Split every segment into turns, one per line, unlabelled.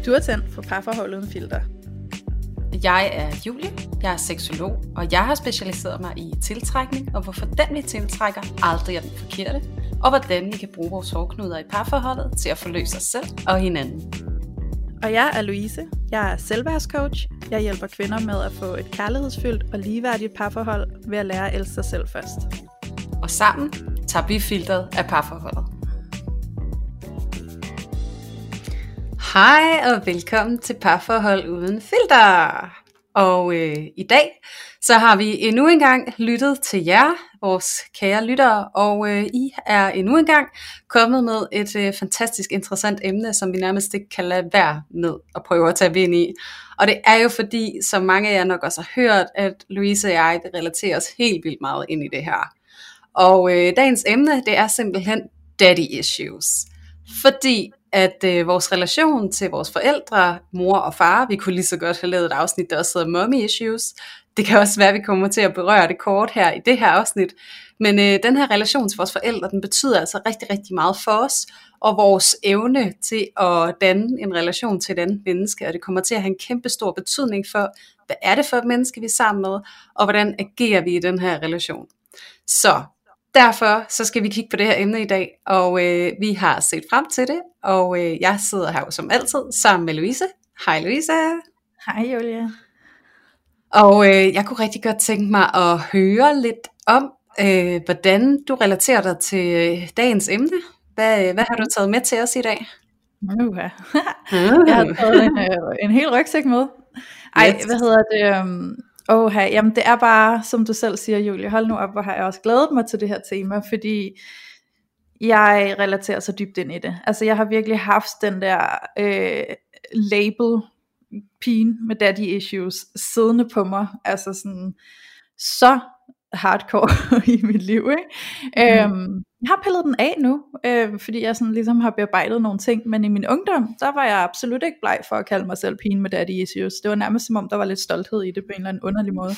Du er tændt for Parforhold uden filter.
Jeg er Julie, jeg er seksolog, og jeg har specialiseret mig i tiltrækning, og hvorfor den vi tiltrækker aldrig er den forkerte, og hvordan vi kan bruge vores hårdknuder i parforholdet til at forløse os selv og hinanden.
Og jeg er Louise, jeg er selvværdscoach. Jeg hjælper kvinder med at få et kærlighedsfyldt og ligeværdigt parforhold ved at lære at elske sig selv først.
Og sammen tager vi filteret af parforholdet. Hej og velkommen til Parforhold uden filter. Og i dag så har vi endnu en gang lyttet til jer, vores kære lyttere, og I er endnu en gang kommet med et fantastisk interessant emne, som vi nærmest ikke kan lade være med at prøve at tage ind i. Og det er jo fordi, som mange af jer nok også har hørt, at Louise og jeg relaterer os helt vildt meget ind i det her. Og dagens emne, det er simpelthen daddy issues. Fordi at vores relation til vores forældre, mor og far, vi kunne lige så godt have lavet et afsnit, der også hedder mommy issues. Det kan også være, at vi kommer til at berøre det kort her i det her afsnit. Men den her relation til vores forældre, den betyder altså rigtig, rigtig meget for os, og vores evne til at danne en relation til et andet menneske, og det kommer til at have en kæmpe stor betydning for, hvad er det for et menneske, vi er sammen med, og hvordan agerer vi i den her relation. Så derfor så skal vi kigge på det her emne i dag, og vi har set frem til det, og jeg sidder her som altid sammen med Louise. Hej Louise.
Hej Julia.
Og jeg kunne rigtig godt tænke mig at høre lidt om, hvordan du relaterer dig til dagens emne. Hvad har du taget med til os i dag?
Jeg har taget en hel rygsæk med. Hvad hedder det? Jamen det er bare, som du selv siger, Julie, hold nu op, hvor har jeg også glædet mig til det her tema, fordi jeg relaterer så dybt ind i det. Altså jeg har virkelig haft den der label pigen med daddy issues siddende på mig, altså sådan så hardcore i mit liv, ikke? Jeg har pillet den af nu, fordi jeg sådan ligesom har bearbejdet nogle ting, men i min ungdom, der var jeg absolut ikke bleg for at kalde mig selv pigen med daddy issues. Det var nærmest som om, der var lidt stolthed i det på en eller anden underlig måde.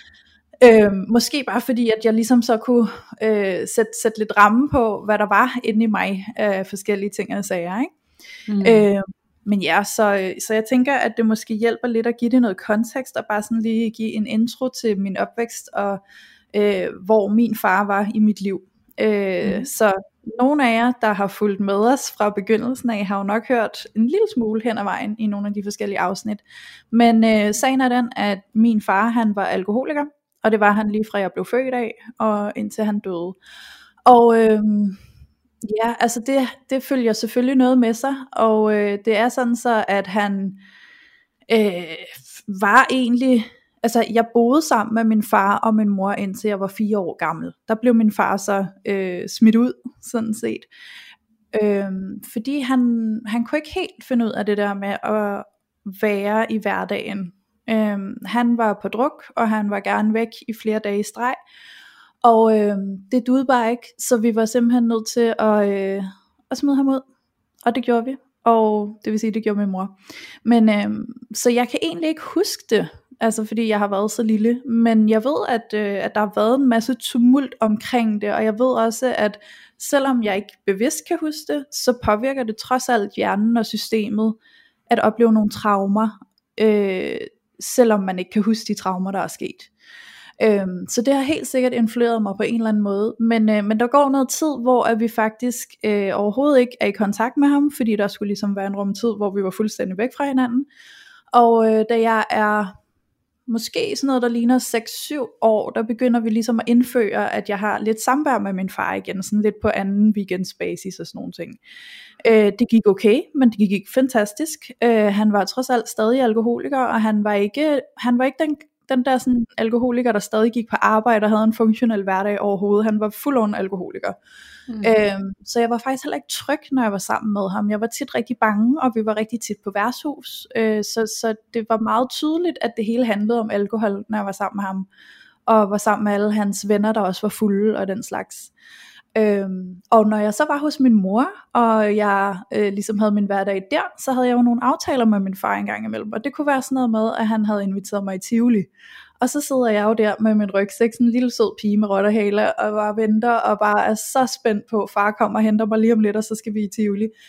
Måske bare fordi, at jeg ligesom så kunne sætte lidt ramme på, hvad der var inde i mig af forskellige ting og sager, ikke? Men ja, så jeg tænker, at det måske hjælper lidt at give det noget kontekst, og bare sådan lige give en intro til min opvækst, og hvor min far var i mit liv. Så nogle af jer, der har fulgt med os fra begyndelsen af, har jo nok hørt en lille smule hen ad vejen i nogle af de forskellige afsnit. Men sagen er den, at min far, han var alkoholiker, og det var han lige fra jeg blev født af, og indtil han døde. Og ja, altså det følger selvfølgelig noget med sig, og det er sådan så, at han var egentlig, altså jeg boede sammen med min far og min mor indtil jeg var 4 år gammel. Der blev min far så smidt ud, sådan set. Fordi han kunne ikke helt finde ud af det der med at være i hverdagen. Han var på druk, og han var gerne væk i flere dage i streg. Og det duede bare ikke, så vi var simpelthen nødt til at smide ham ud. Og det gjorde vi. Og det vil sige, det gjorde min mor. Men så jeg kan egentlig ikke huske det, altså fordi jeg har været så lille. Men jeg ved, at der har været en masse tumult omkring det. Og jeg ved også, at selvom jeg ikke bevidst kan huske det, så påvirker det trods alt hjernen og systemet at opleve nogle traumer, selvom man ikke kan huske de traumer, der er sket. Så det har helt sikkert influeret mig på en eller anden måde, men der går noget tid, hvor at vi faktisk overhovedet ikke er i kontakt med ham, fordi der skulle ligesom være en rumtid, hvor vi var fuldstændig væk fra hinanden. Og da jeg er måske sådan noget, der ligner 6-7 år, der begynder vi ligesom at indføre, at jeg har lidt samvær med min far igen, sådan lidt på anden weekendsbasis og sådan nogle ting. Det gik okay, men det gik ikke fantastisk. Han var trods alt stadig alkoholiker, og han var ikke den der sådan alkoholiker, der stadig gik på arbejde og havde en funktionel hverdag overhovedet. Han var full-on alkoholiker. Så jeg var faktisk heller ikke tryg, når jeg var sammen med ham. Jeg var tit rigtig bange, og vi var rigtig tit på værtshus. Så det var meget tydeligt, at det hele handlede om alkohol, når jeg var sammen med ham. Og var sammen med alle hans venner, der også var fulde og den slags. Og når jeg så var hos min mor, og jeg ligesom havde min hverdag der, så havde jeg jo nogle aftaler med min far en gang imellem, og det kunne være sådan noget med, at han havde inviteret mig i Tivoli, og så sidder jeg jo der med min rygsæk, sådan en lille sød pige med rotterhale, og bare venter, og bare er så spændt på, far kommer og henter mig lige om lidt, og så skal vi i Tivoli.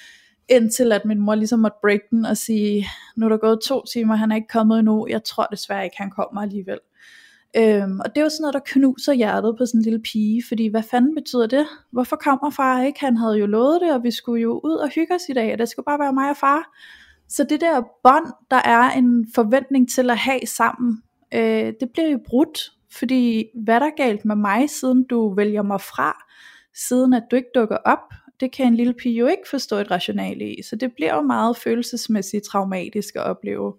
indtil at min mor ligesom måtte break den og sige, nu er der gået 2 timer, han er ikke kommet endnu, jeg tror desværre ikke, han kommer alligevel. Og det er jo sådan noget, der knuser hjertet på sådan en lille pige, fordi hvad fanden betyder det? Hvorfor kommer far ikke? Han havde jo lovet det, og vi skulle jo ud og hygge os i dag, og det skulle bare være mig og far. Så det der bånd, der er en forventning til at have sammen, det bliver jo brudt, fordi hvad er der galt med mig, siden du vælger mig fra, siden at du ikke dukker op? Det kan en lille pige jo ikke forstå et rationale i, så det bliver jo meget følelsesmæssigt traumatisk at opleve.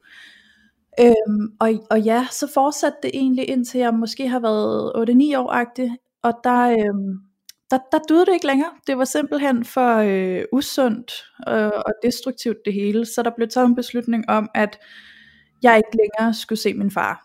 Og ja, så fortsatte det egentlig indtil jeg måske har været 8-9 år-agtig, og der duede det ikke længere. Det var simpelthen for usundt og destruktivt det hele, så der blev taget en beslutning om, at jeg ikke længere skulle se min far.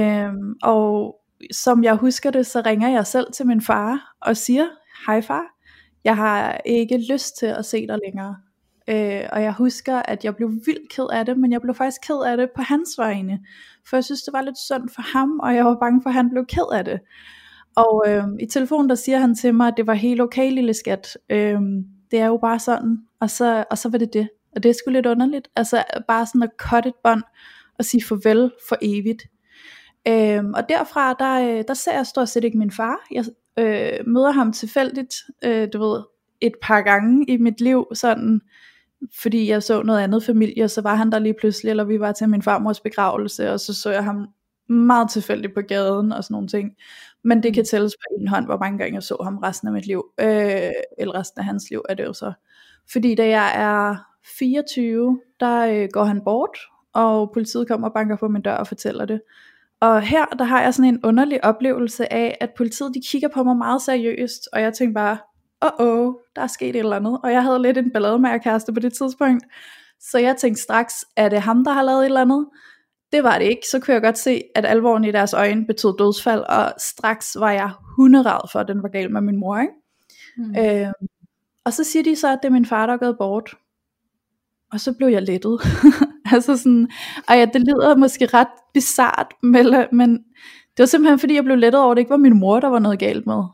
Og som jeg husker det, så ringer jeg selv til min far og siger, hej far, jeg har ikke lyst til at se dig længere. Og jeg husker, at jeg blev vildt ked af det, men jeg blev faktisk ked af det på hans vegne, for jeg synes det var lidt synd for ham, og jeg var bange for at han blev ked af det. Og i telefonen der siger han til mig, at det var helt okay lille skat, det er jo bare sådan, og så var det det, og det er sgu lidt underligt, altså bare sådan at cutte et bånd og sige farvel for evigt. Og derfra der ser jeg stort set ikke min far. Jeg møder ham tilfældigt, du ved, et par gange i mit liv, sådan, fordi jeg så noget andet familie, så var han der lige pludselig, eller vi var til min farmors begravelse, og så jeg ham meget tilfældigt på gaden og sådan nogle ting. Men det kan tælles på en hånd, hvor mange gange jeg så ham resten af mit liv, eller resten af hans liv er det jo så. Fordi da jeg er 24, der går han bort, og politiet kommer og banker på min dør og fortæller det. Og her, der har jeg sådan en underlig oplevelse af, at politiet de kigger på mig meget seriøst, og jeg tænker bare, der er sket et eller andet, og jeg havde lidt en ballademagerkæreste på det tidspunkt, så jeg tænkte straks, er det ham, der har lavet et eller andet? Det var det ikke, så kunne jeg godt se, at alvoren i deres øjne betød dødsfald, og straks var jeg hunderad for, at den var gal med min mor, ikke? Og så siger de så, at det er min far, der er gået bort, og så blev jeg lettet. Altså sådan, og ja, det lyder måske ret bizart, men det var simpelthen fordi jeg blev lettet over, at det ikke var min mor, der var noget galt med.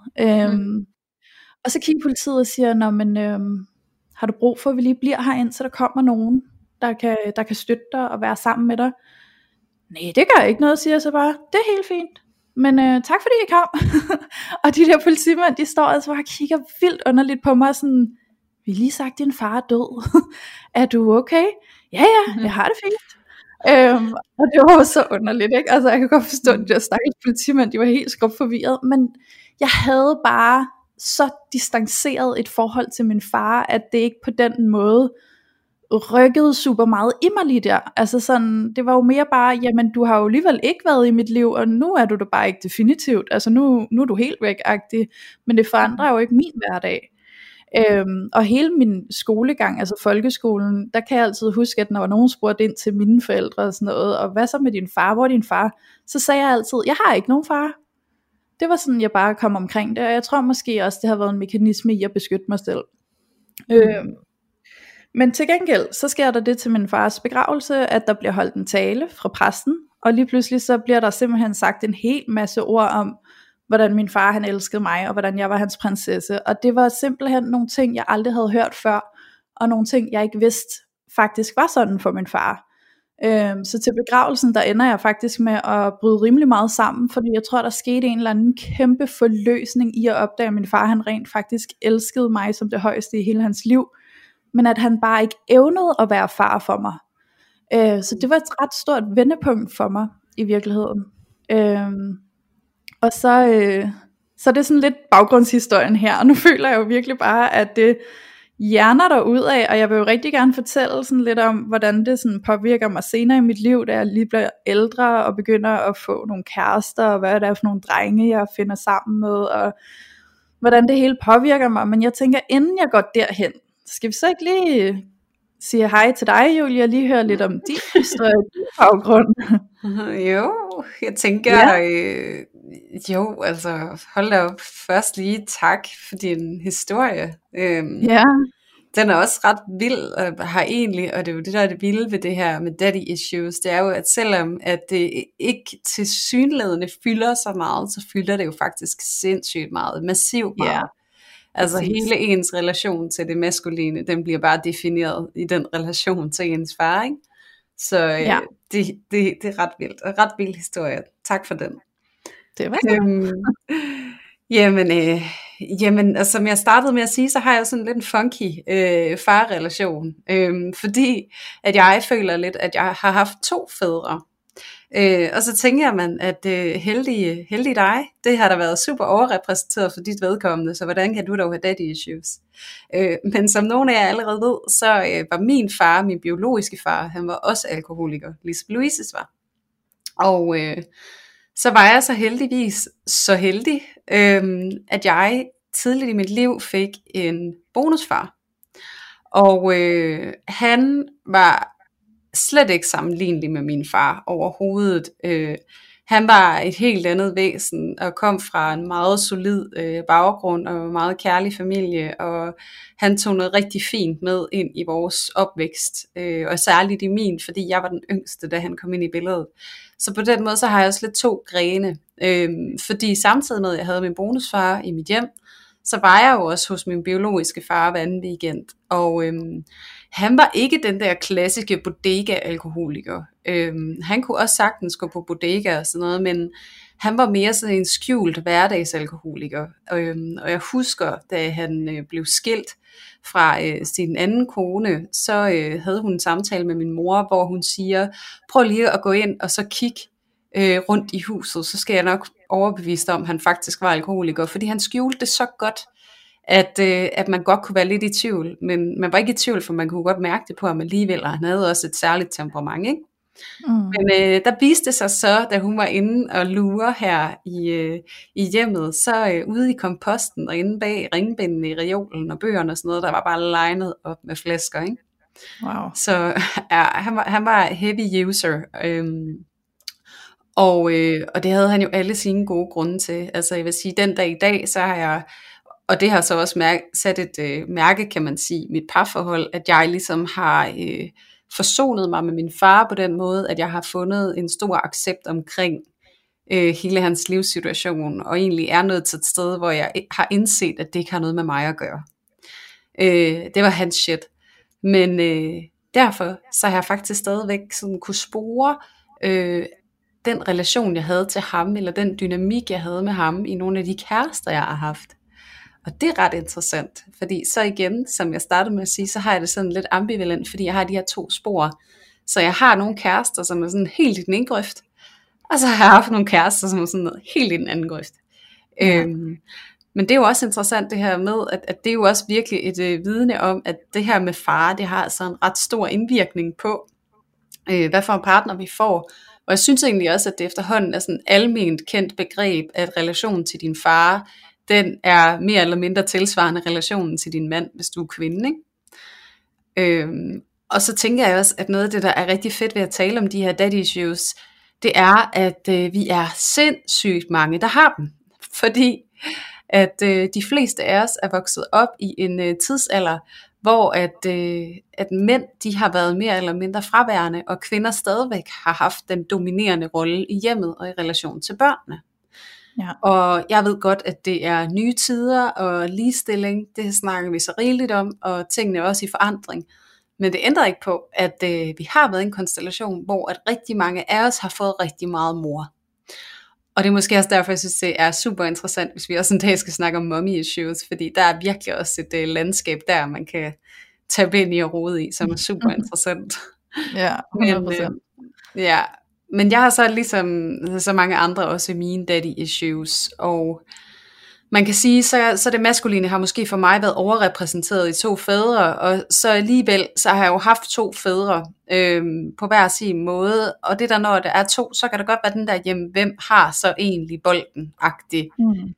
Og så kigger politiet og siger, nå, men har du brug for, at vi lige bliver herind, så der kommer nogen, der kan støtte dig og være sammen med dig? Nej, det gør ikke noget, siger jeg så bare. Det er helt fint. Men tak fordi I kom. Og de der politimænd, de står altså og kigger vildt underligt på mig, sådan, vi har lige sagt, din far er død. Er du okay? Ja, jeg har det fint. Og det var jo så underligt, ikke? Altså jeg kan godt forstå, at de der stakkels politimænd, de var helt skrubforvirret, men jeg havde bare så distanceret et forhold til min far, at det ikke på den måde rykkede super meget i mig lige der. Altså sådan, det var jo mere bare, jamen du har jo alligevel ikke været i mit liv, og nu er du da bare ikke definitivt, altså nu er du helt væk-agtig, men det forandrer jo ikke min hverdag. Og hele min skolegang, altså folkeskolen, der kan jeg altid huske, at når nogen spurgte ind til mine forældre og sådan noget, og hvad så med din far, hvor er din far? Så sagde jeg altid, jeg har ikke nogen far. Det var sådan, jeg bare kom omkring det, og jeg tror måske også, det har været en mekanisme i at beskytte mig selv. Men til gengæld, så sker der det til min fars begravelse, at der bliver holdt en tale fra præsten, og lige pludselig så bliver der simpelthen sagt en hel masse ord om, hvordan min far han elskede mig, og hvordan jeg var hans prinsesse, og det var simpelthen nogle ting, jeg aldrig havde hørt før, og nogle ting, jeg ikke vidste faktisk var sådan for min far. Så til begravelsen, der ender jeg faktisk med at bryde rimelig meget sammen, fordi jeg tror, der skete en eller anden kæmpe forløsning i at opdage, at min far han rent faktisk elskede mig som det højeste i hele hans liv, men at han bare ikke evnede at være far for mig. Så det var et ret stort vendepunkt for mig i virkeligheden. Og så er det sådan lidt baggrundshistorien her, og nu føler jeg jo virkelig bare, at det hjerner der ud af, og jeg vil jo rigtig gerne fortælle sådan lidt om, hvordan det sådan påvirker mig senere i mit liv, da jeg lige bliver ældre og begynder at få nogle kærester, og hvad det er for nogle drenge, jeg finder sammen med, og hvordan det hele påvirker mig. Men jeg tænker, inden jeg går derhen, skal vi så ikke lige sige hej til dig, Julia, og lige høre lidt om din historie, din baggrund?
Jo, jeg tænker, jo, altså hold da op, først lige tak for din historie.
Ja.
Den er også ret vild, og har egentlig, og det er jo det, der er det vilde ved det her med daddy issues, det er jo, at selvom at det ikke tilsyneladende fylder så meget, så fylder det jo faktisk sindssygt meget, massivt meget. Altså
præcis.
hele ens relation til det maskuline, den bliver bare defineret i den relation til ens far, ikke? Så
Ja,
det er ret vildt, og ret vild historie. Tak for den.
det var så.
Øhm, jamen, og som jeg startede med at sige, så har jeg sådan lidt en funky farrelation, fordi at jeg føler lidt, at jeg har haft 2 fædre. Og så tænker man, at heldig dig, det har der været super overrepræsenteret for dit vedkommende, så hvordan kan du dog have daddy issues? Men som nogle af jer allerede ved, så var min far, min biologiske far, han var også alkoholiker, ligesom Louises var. Og så var jeg så heldigvis så heldig, at jeg tidligt i mit liv fik en bonusfar. Og han var slet ikke sammenlignelig med min far overhovedet. Han var et helt andet væsen og kom fra en meget solid baggrund og en meget kærlig familie, og han tog noget rigtig fint med ind i vores opvækst, og særligt i min, fordi jeg var den yngste, da han kom ind i billedet. Så på den måde så har jeg også lidt 2 grene, fordi samtidig med at jeg havde min bonusfar i mit hjem, så var jeg jo også hos min biologiske far hver anden weekend, og han var ikke den der klassiske bodega-alkoholiker. Han kunne også sagtens gå på bodega og sådan noget, men han var mere sådan en skjult hverdagsalkoholiker. Og jeg husker, da han blev skilt fra sin anden kone, så havde hun en samtale med min mor, hvor hun siger, prøv lige at gå ind og så kigge rundt i huset, så skal jeg nok overbevise om, at han faktisk var alkoholiker, fordi han skjulte det så godt, at man godt kunne være lidt i tvivl, men man var ikke i tvivl, for man kunne godt mærke det på ham alligevel, og han havde også et særligt temperament, ikke? Men der viste sig så, da hun var inde og lure her i hjemmet, så ude i komposten og inde bag ringbindene i reolen og bøgerne og sådan noget, der var bare legnet op med flasker, ikke?
Wow.
Så ja, han var heavy user, og det havde han jo alle sine gode grunde til. Altså jeg vil sige, den dag i dag, så har jeg, og det har så også sat et mærke, kan man sige, mit parforhold, at jeg ligesom har forsonet mig med min far på den måde, at jeg har fundet en stor accept omkring hele hans livssituation, og egentlig er nået til et sted, hvor jeg har indset, at det ikke har noget med mig at gøre. Det var hans shit. Men derfor så har jeg faktisk stadigvæk sådan kunne spore den relation, jeg havde til ham, eller den dynamik, jeg havde med ham i nogle af de kærester, jeg har haft. Og det er ret interessant, fordi så igen, som jeg startede med at sige, så har jeg det sådan lidt ambivalent, fordi jeg har de her 2 spor. Så jeg har nogle kærester, som er sådan helt i den ene grøft, og så har jeg haft nogle kærester, som er sådan noget helt i den anden grøft. Ja. Men det er jo også interessant det her med, at det er jo også virkelig et vidne om, at det her med far, det har altså en ret stor indvirkning på, hvad for en partner vi får. Og jeg synes egentlig også, at det efterhånden er sådan et alment kendt begreb, at relationen til din far, den er mere eller mindre tilsvarende relationen til din mand, hvis du er kvinde, ikke? Og så tænker jeg også, at noget af det, der er rigtig fedt ved at tale om de her daddy issues, det er, at vi er sindssygt mange, der har dem. Fordi at de fleste af os er vokset op i en tidsalder, hvor at mænd, de har været mere eller mindre fraværende, og kvinder stadigvæk har haft den dominerende rolle i hjemmet og i relation til børnene. Ja. Og jeg ved godt, at det er nye tider og ligestilling, det snakker vi så rigeligt om, og tingene er også i forandring. Men det ændrer ikke på, at vi har været i en konstellation, hvor at rigtig mange af os har fået rigtig meget mor. Og det er måske også derfor, jeg synes, det er super interessant, hvis vi også en dag skal snakke om mommy issues, fordi der er virkelig også et landskab der, man kan tage ind i og rode i, som er super interessant.
Ja, 100%.
Men jeg har så ligesom så mange andre også mine daddy issues, og man kan sige, så det maskuline har måske for mig været overrepræsenteret i 2 fædre, og så alligevel, så har jeg jo haft 2 fædre på hver sin måde, og det der, når der er 2, så kan der godt være den der, jamen, hvem har så egentlig bolden-agtig.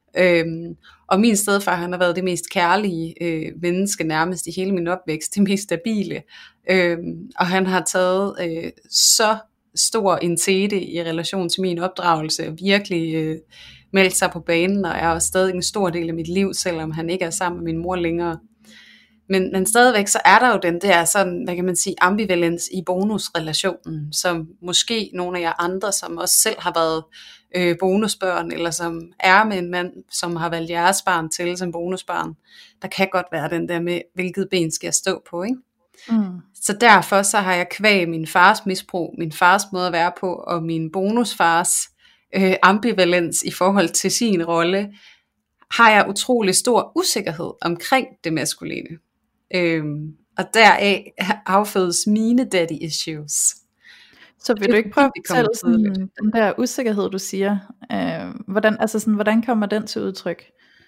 Og min stedfar, han har været det mest kærlige menneske nærmest i hele min opvækst, det mest stabile, og han har taget så stor en tete i relation til min opdragelse, og virkelig meldt sig på banen, og er også stadig en stor del af mit liv, selvom han ikke er sammen med min mor længere. Men stadigvæk så er der jo den der sådan, hvad kan man sige, ambivalens i bonusrelationen, som måske nogle af jer andre, som også selv har været bonusbørn, eller som er med en mand, som har valgt jeres barn til som bonusbarn, der kan godt være den der med, hvilket ben skal jeg stå på, ikke? Så derfor så har jeg kvæg min fars misbrug, min fars måde at være på, og min bonusfars ambivalens i forhold til sin rolle, har jeg utrolig stor usikkerhed omkring det maskuline. Og deraf affødes mine daddy issues.
Så vil du ikke prøve at fortælle sådan, den der usikkerhed, du siger, hvordan kommer den til udtryk?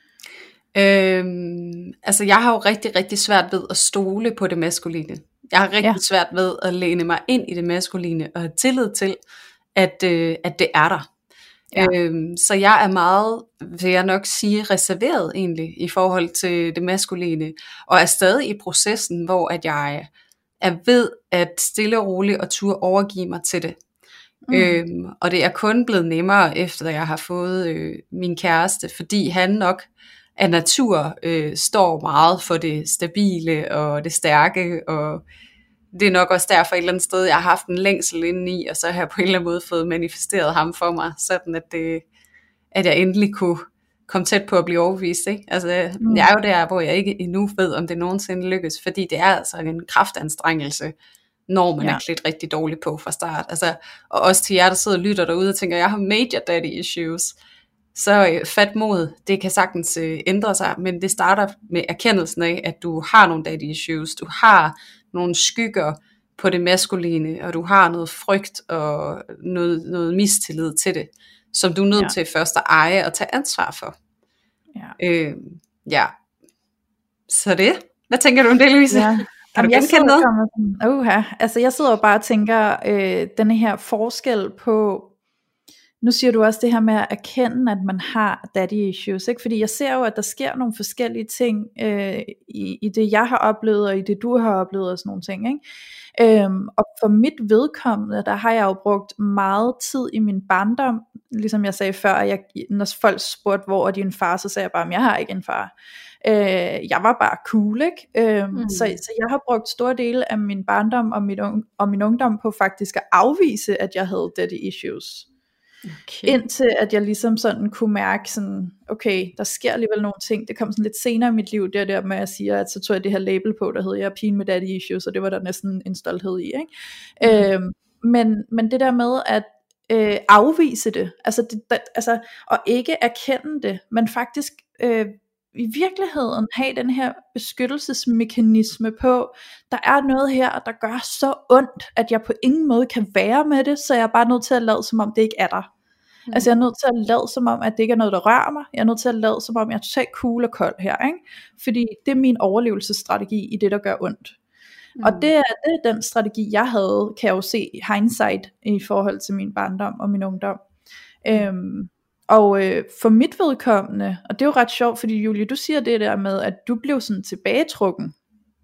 Altså jeg har jo rigtig, rigtig svært ved at stole på det maskuline. Jeg har rigtig svært ved at læne mig ind i det maskuline, og have tillid til, at det er der. Så jeg er meget, vil jeg nok sige, reserveret egentlig i forhold til det maskuline, og er stadig i processen, hvor at jeg er ved at stille og roligt og turde overgive mig til det. Og det er kun blevet nemmere efter jeg har fået min kæreste, fordi han nok af natur står meget for det stabile og det stærke, og det er nok også derfor et eller andet sted, jeg har haft en længsel indeni, og så har jeg på en eller anden måde fået manifesteret ham for mig, sådan at jeg endelig kunne komme tæt på at blive overbevist. Ikke? Altså, jeg er jo der, hvor jeg ikke endnu ved, om det nogensinde lykkes, fordi det er altså en kraftanstrengelse, når man er klædt rigtig dårligt på fra start. Altså, og også til jer, der sidder og lytter derude og tænker, jeg har major daddy issues, så fat mod, det kan sagtens ændre sig, men det starter med erkendelsen af, at du har nogle daddy issues, du har nogle skygger på det maskuline, og du har noget frygt og noget mistillid til det, som du er nødt til først at eje og tage ansvar for. Så det. Hvad tænker du om det, Louise? Kan du genkende noget?
Altså jeg sidder og bare og tænker, denne her forskel på, nu siger du også det her med at erkende, at man har daddy issues, ikke? Fordi jeg ser jo, at der sker nogle forskellige ting i det, jeg har oplevet, og i det, du har oplevet, og sådan nogle ting, ikke? Og for mit vedkommende, der har jeg jo brugt meget tid i min barndom, ligesom jeg sagde før, når folk spurgte, hvor er din far, så sagde jeg bare, jeg har ikke en far. Jeg var bare cool, ikke? Så jeg har brugt store dele af min barndom og min ungdom på faktisk at afvise, at jeg havde daddy issues. Okay. Indtil at jeg ligesom sådan kunne mærke sådan, okay, der sker alligevel nogle ting. Det kom sådan lidt senere i mit liv, det der med at sige, at så tog jeg det her label på, der hed jeg er pigen med daddy issues, og det var der næsten en stolthed i, ikke? Men det der med at afvise det, og ikke erkende det, men faktisk i virkeligheden have den her beskyttelsesmekanisme på, der er noget her, der gør så ondt, at jeg på ingen måde kan være med det, så jeg er bare nødt til at lade som om det ikke er der. Altså jeg er nødt til at lade som om, at det ikke er noget, der rører mig. Jeg er nødt til at lade som om, jeg er totalt cool og kold her, ikke? Fordi det er min overlevelsesstrategi i det, der gør ondt. Og det er den strategi, jeg havde, kan jeg jo se hindsight i forhold til min barndom og min ungdom. Og for mit vedkommende, og det er jo ret sjovt, fordi Julie, du siger det der med, at du blev sådan tilbagetrukken.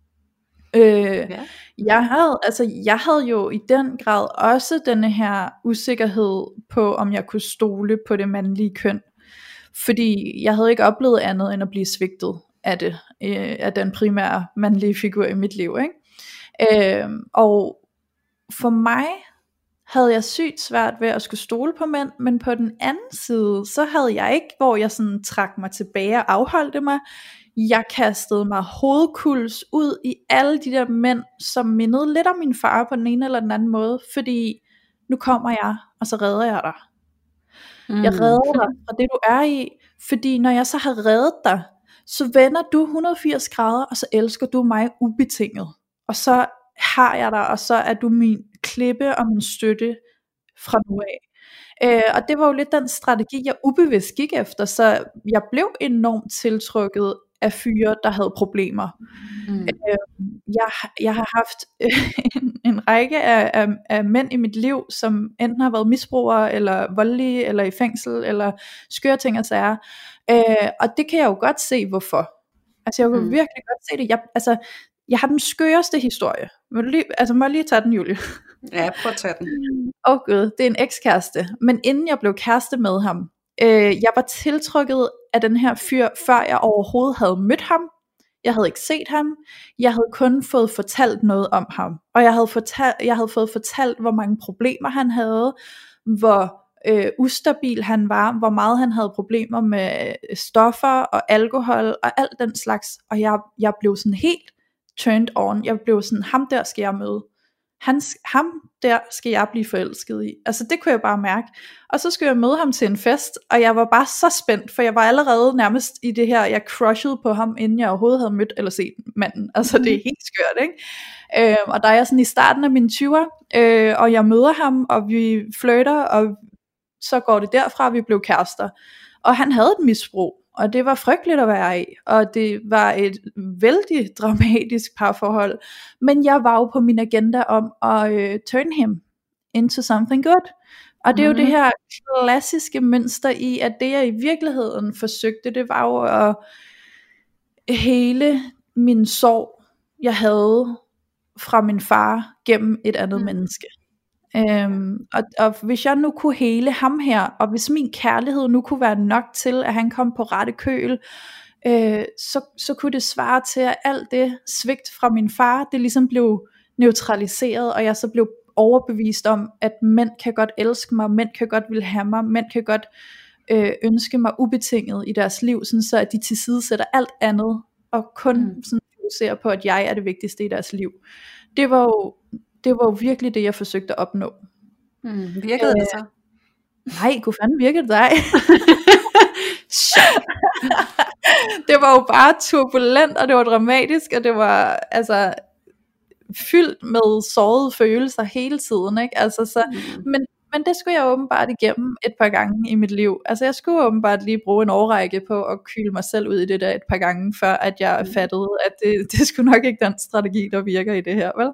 Jeg havde jo i den grad også denne her usikkerhed på, om jeg kunne stole på det mandlige køn. Fordi jeg havde ikke oplevet andet end at blive svigtet af det, af den primære mandlige figur i mit liv, ikke? Og for mig havde jeg sygt svært ved at skulle stole på mænd, men på den anden side, så havde jeg ikke, hvor jeg sådan trak mig tilbage og afholdte mig. Jeg kastede mig hovedkuls ud i alle de der mænd, som mindede lidt om min far på den ene eller den anden måde, fordi nu kommer jeg, og så redder jeg dig. Jeg redder dig fra det, du er i, fordi når jeg så har reddet dig, så vender du 180 grader, og så elsker du mig ubetinget. Og så har jeg dig, og så er du min klippe og min støtte fra nu af. Og det var jo lidt den strategi, jeg ubevidst gik efter, så jeg blev enormt tiltrukket af fyre, der havde problemer. Jeg har haft en række af mænd i mit liv, som enten har været misbrugere, eller voldelige, eller i fængsel, eller skøre ting og sager. Og det kan jeg jo godt se, hvorfor. Altså jeg kan virkelig godt se det. Jeg har den skøreste historie. Må jeg lige tage den, Julie?
Ja, prøv at tage den.
Gud, det er en ekskæreste. Men inden jeg blev kæreste med ham, jeg var tiltrukket af den her fyr, før jeg overhovedet havde mødt ham. Jeg havde ikke set ham. Jeg havde kun fået fortalt noget om ham. Og jeg havde fået fortalt, hvor mange problemer han havde, hvor ustabil han var, hvor meget han havde problemer med stoffer og alkohol og alt den slags, og jeg blev sådan helt turned on. Jeg blev sådan, ham der skal jeg møde. Ham der skal jeg blive forelsket i. Altså det kunne jeg bare mærke. Og så skulle jeg møde ham til en fest, og jeg var bare så spændt, for jeg var allerede nærmest i det her, jeg crushede på ham, inden jeg overhovedet havde mødt eller set manden. Altså det er helt skørt, ikke? Og der er jeg sådan i starten af mine 20'er, og jeg møder ham, og vi flirter, og så går det derfra, vi blev kærester. Og han havde et misbrug, og det var frygteligt at være i, og det var et vældig dramatisk parforhold, men jeg var jo på min agenda om at turn him into something good, og det er jo det her klassiske mønster i, at det jeg i virkeligheden forsøgte, det var jo at hele min sorg, jeg havde fra min far, gennem et andet menneske. Og hvis jeg nu kunne hele ham her, og hvis min kærlighed nu kunne være nok til, at han kom på rette køl, så kunne det svare til, at alt det svigt fra min far, det ligesom blev neutraliseret, og jeg så blev overbevist om, at mænd kan godt elske mig, mænd kan godt vil have mig, mænd kan godt ønske mig ubetinget i deres liv, sådan så at de tilsidesætter alt andet, og kun sådan fokuserer på, at jeg er det vigtigste i deres liv. Det var jo virkelig det, jeg forsøgte at opnå.
Virkede det så?
Nej, kunne fanden virke det dig? Det var jo bare turbulent, og det var dramatisk, og det var altså fyldt med sårede følelser hele tiden, ikke? Altså, så, men det skulle jeg åbenbart igennem et par gange i mit liv. Altså jeg skulle åbenbart lige bruge en årrække på at kyle mig selv ud i det der et par gange, før at jeg fattede, at det skulle nok ikke den strategi, der virker i det her, vel?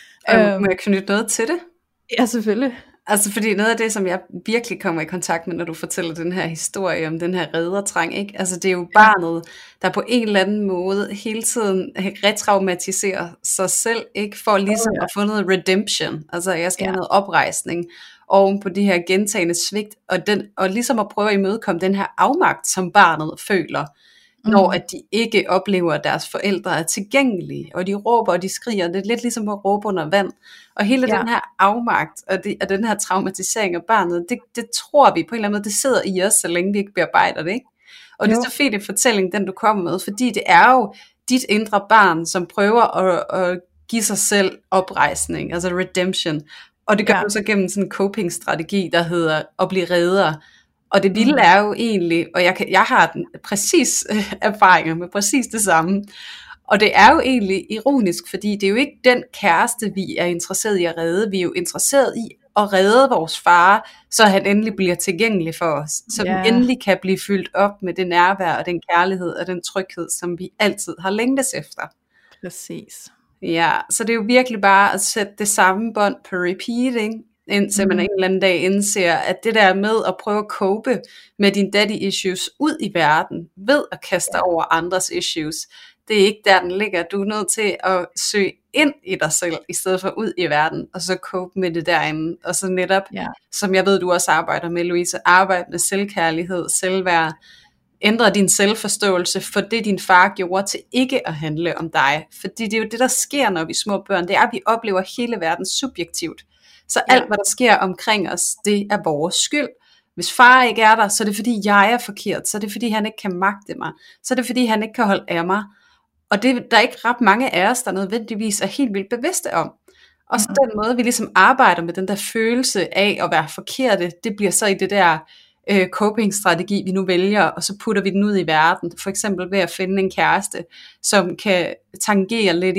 Må jeg knytte noget til det?
Ja, selvfølgelig.
Altså fordi noget af det, som jeg virkelig kommer i kontakt med, når du fortæller den her historie om den her reddertrang, ikke? Altså det er jo barnet, der på en eller anden måde hele tiden retraumatiserer sig selv, ikke? For ligesom at få noget redemption. Altså jeg skal have noget oprejsning oven på de her gentagende svigt, og ligesom at prøve at imødekomme den her afmagt, som barnet føler, når at de ikke oplever, at deres forældre er tilgængelige, og de råber og de skriger. Det er lidt ligesom at råbe under vand. Og hele den her afmagt og den her traumatisering af barnet, det tror vi på en eller anden måde, det sidder i os, så længe vi ikke bearbejder det, ikke? Og det er så fint en fortælling, den du kommer med, fordi det er jo dit indre barn, som prøver at give sig selv oprejsning, altså redemption. Og det gør du så gennem sådan en coping-strategi, der hedder at blive redder. Og det vilde er jo egentlig, og jeg har præcis erfaringer med præcis det samme, og det er jo egentlig ironisk, fordi det er jo ikke den kæreste, vi er interesseret i at redde, vi er jo interesseret i at redde vores far, så han endelig bliver tilgængelig for os, så vi endelig kan blive fyldt op med det nærvær og den kærlighed og den tryghed, som vi altid har længtes efter.
Præcis.
Ja, så det er jo virkelig bare at sætte det samme bånd på repeating, indtil man en eller anden dag indser, at det der med at prøve at cope med dine daddy issues ud i verden, ved at kaste over andres issues, det er ikke der den ligger. Du er nødt til at søge ind i dig selv, i stedet for ud i verden, og så cope med det derinde, og så netop, som jeg ved du også arbejder med, Louise, arbejde med selvkærlighed, selvværd, ændre din selvforståelse for det din far gjorde til ikke at handle om dig, fordi det er jo det der sker, når vi er små børn, det er at vi oplever hele verden subjektivt. Så alt hvad der sker omkring os, det er vores skyld. Hvis far ikke er der, så er det fordi jeg er forkert, så er det fordi han ikke kan magte mig, så er det fordi han ikke kan holde af mig. Og det der er ikke ret mange af os, der nødvendigvis er helt vildt bevidste om. Og så den måde vi ligesom arbejder med den der følelse af at være forkerte, det bliver så i det der coping-strategi vi nu vælger, og så putter vi den ud i verden, for eksempel ved at finde en kæreste, som kan tangere lidt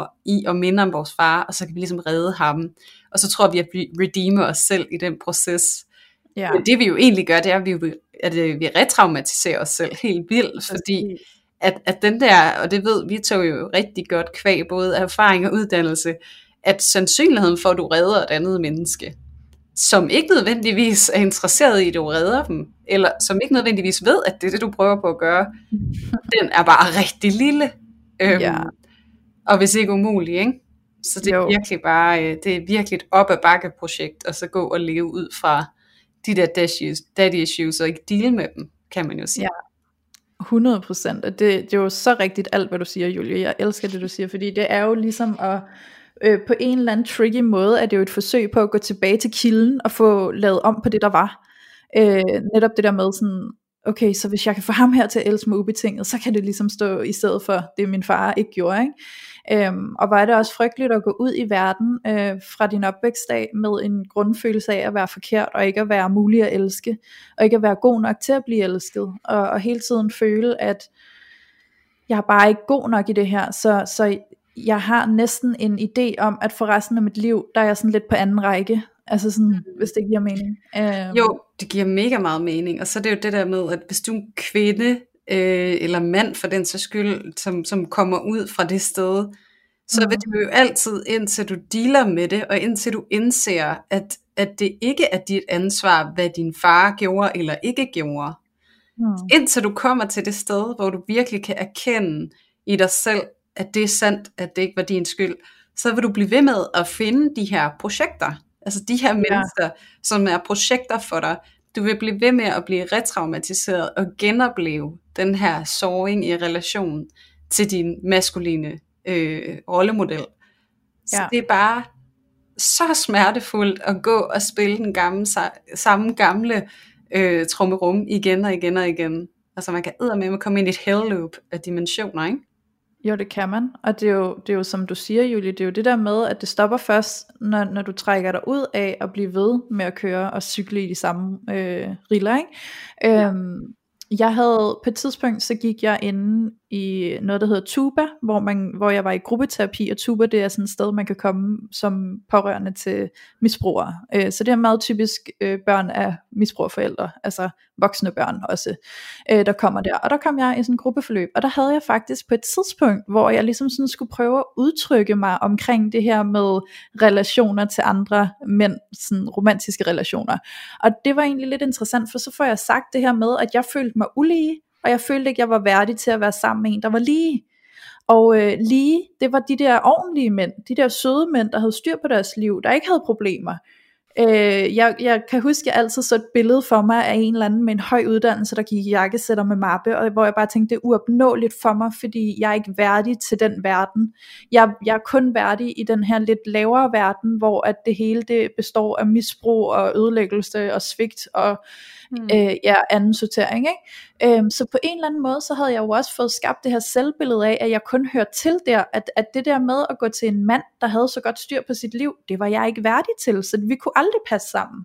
i og minde om vores far, og så kan vi ligesom redde ham, og så tror vi, at vi redeemer os selv i den proces. Men det vi jo egentlig gør, det er, at vi retraumatiserer os selv helt vildt, fordi at den der, og det ved vi to jo rigtig godt kvæg, både erfaring og uddannelse, at sandsynligheden for, at du redder et andet menneske, som ikke nødvendigvis er interesseret i, at du redder dem, eller som ikke nødvendigvis ved, at det er det, du prøver på at gøre, den er bare rigtig lille. Og hvis ikke umulig, ikke? Så det er virkelig bare, det er virkelig et op ad bakke projekt, og så gå og leve ud fra de der daddy issues, og ikke deal med dem, kan man jo sige.
100%, og det er jo så rigtigt alt, hvad du siger, Julie. Jeg elsker det, du siger, fordi det er jo ligesom at på en eller anden tricky måde, at det er jo et forsøg på at gå tilbage til kilden og få lavet om på det, der var. Netop det der med sådan, okay, så hvis jeg kan få ham her til at elske mig ubetinget, så kan det ligesom stå i stedet for det min far ikke gjorde, ikke? Og var det også frygteligt at gå ud i verden fra din opvækstdag med en grundfølelse af at være forkert, og ikke at være mulig at elske, og ikke at være god nok til at blive elsket, og hele tiden føle, at jeg er bare ikke god nok i det her, så jeg har næsten en idé om, at for resten af mit liv, der er jeg sådan lidt på anden række, altså sådan, hvis det giver mening.
Jo, det giver mega meget mening, og så er det jo det der med, at hvis du er en kvinde, eller mand for den sags skyld, som kommer ud fra det sted, så vil du jo altid, indtil du dealer med det, og indtil du indser, at det ikke er dit ansvar, hvad din far gjorde eller ikke gjorde. Indtil du kommer til det sted, hvor du virkelig kan erkende i dig selv, at det er sandt, at det ikke var din skyld, så vil du blive ved med at finde de her projekter, altså de her mennesker, som er projekter for dig. Du vil blive ved med at blive retraumatiseret og genopleve den her såring i relation til din maskuline rollemodel. Så det er bare så smertefuldt at gå og spille den samme gamle trommerum igen og igen og igen. Altså man kan eddermame komme ind i et hell loop af dimensioner, ikke?
Jo, det kan man, og det er jo som du siger, Julie, det er jo det der med, at det stopper først, når du trækker dig ud af at blive ved med at køre og cykle i de samme riller, ikke? Jeg havde på et tidspunkt, så gik jeg inde i noget, der hedder Tuba, hvor jeg var i gruppeterapi, og Tuba, det er sådan et sted, man kan komme som pårørende til misbrugere. Så det er meget typisk børn af misbrugerforældre, altså voksne børn også, der kommer der. Og der kom jeg i sådan en gruppeforløb, og der havde jeg faktisk på et tidspunkt, hvor jeg ligesom sådan skulle prøve at udtrykke mig omkring det her med relationer til andre mænd, sådan romantiske relationer. Og det var egentlig lidt interessant, for så får jeg sagt det her med, at jeg følte mig ulige, og jeg følte ikke, jeg var værdig til at være sammen med en, der var lige. Og lige, det var de der ordentlige mænd, de der søde mænd, der havde styr på deres liv, der ikke havde problemer. Jeg kan huske, jeg altid så et billede for mig af en eller anden med en høj uddannelse, der gik i jakkesætter med mappe, og hvor jeg bare tænkte, det er uopnåeligt for mig, fordi jeg er ikke værdig til den verden. Jeg er kun værdig i den her lidt lavere verden, hvor at det hele det består af misbrug og ødelæggelse og svigt og anden sortering, ikke? Så på en eller anden måde, så havde jeg jo også fået skabt det her selvbillede af, at jeg kun hørte til der, at det der med at gå til en mand, der havde så godt styr på sit liv, det var jeg ikke værdig til, så vi kunne aldrig passe sammen.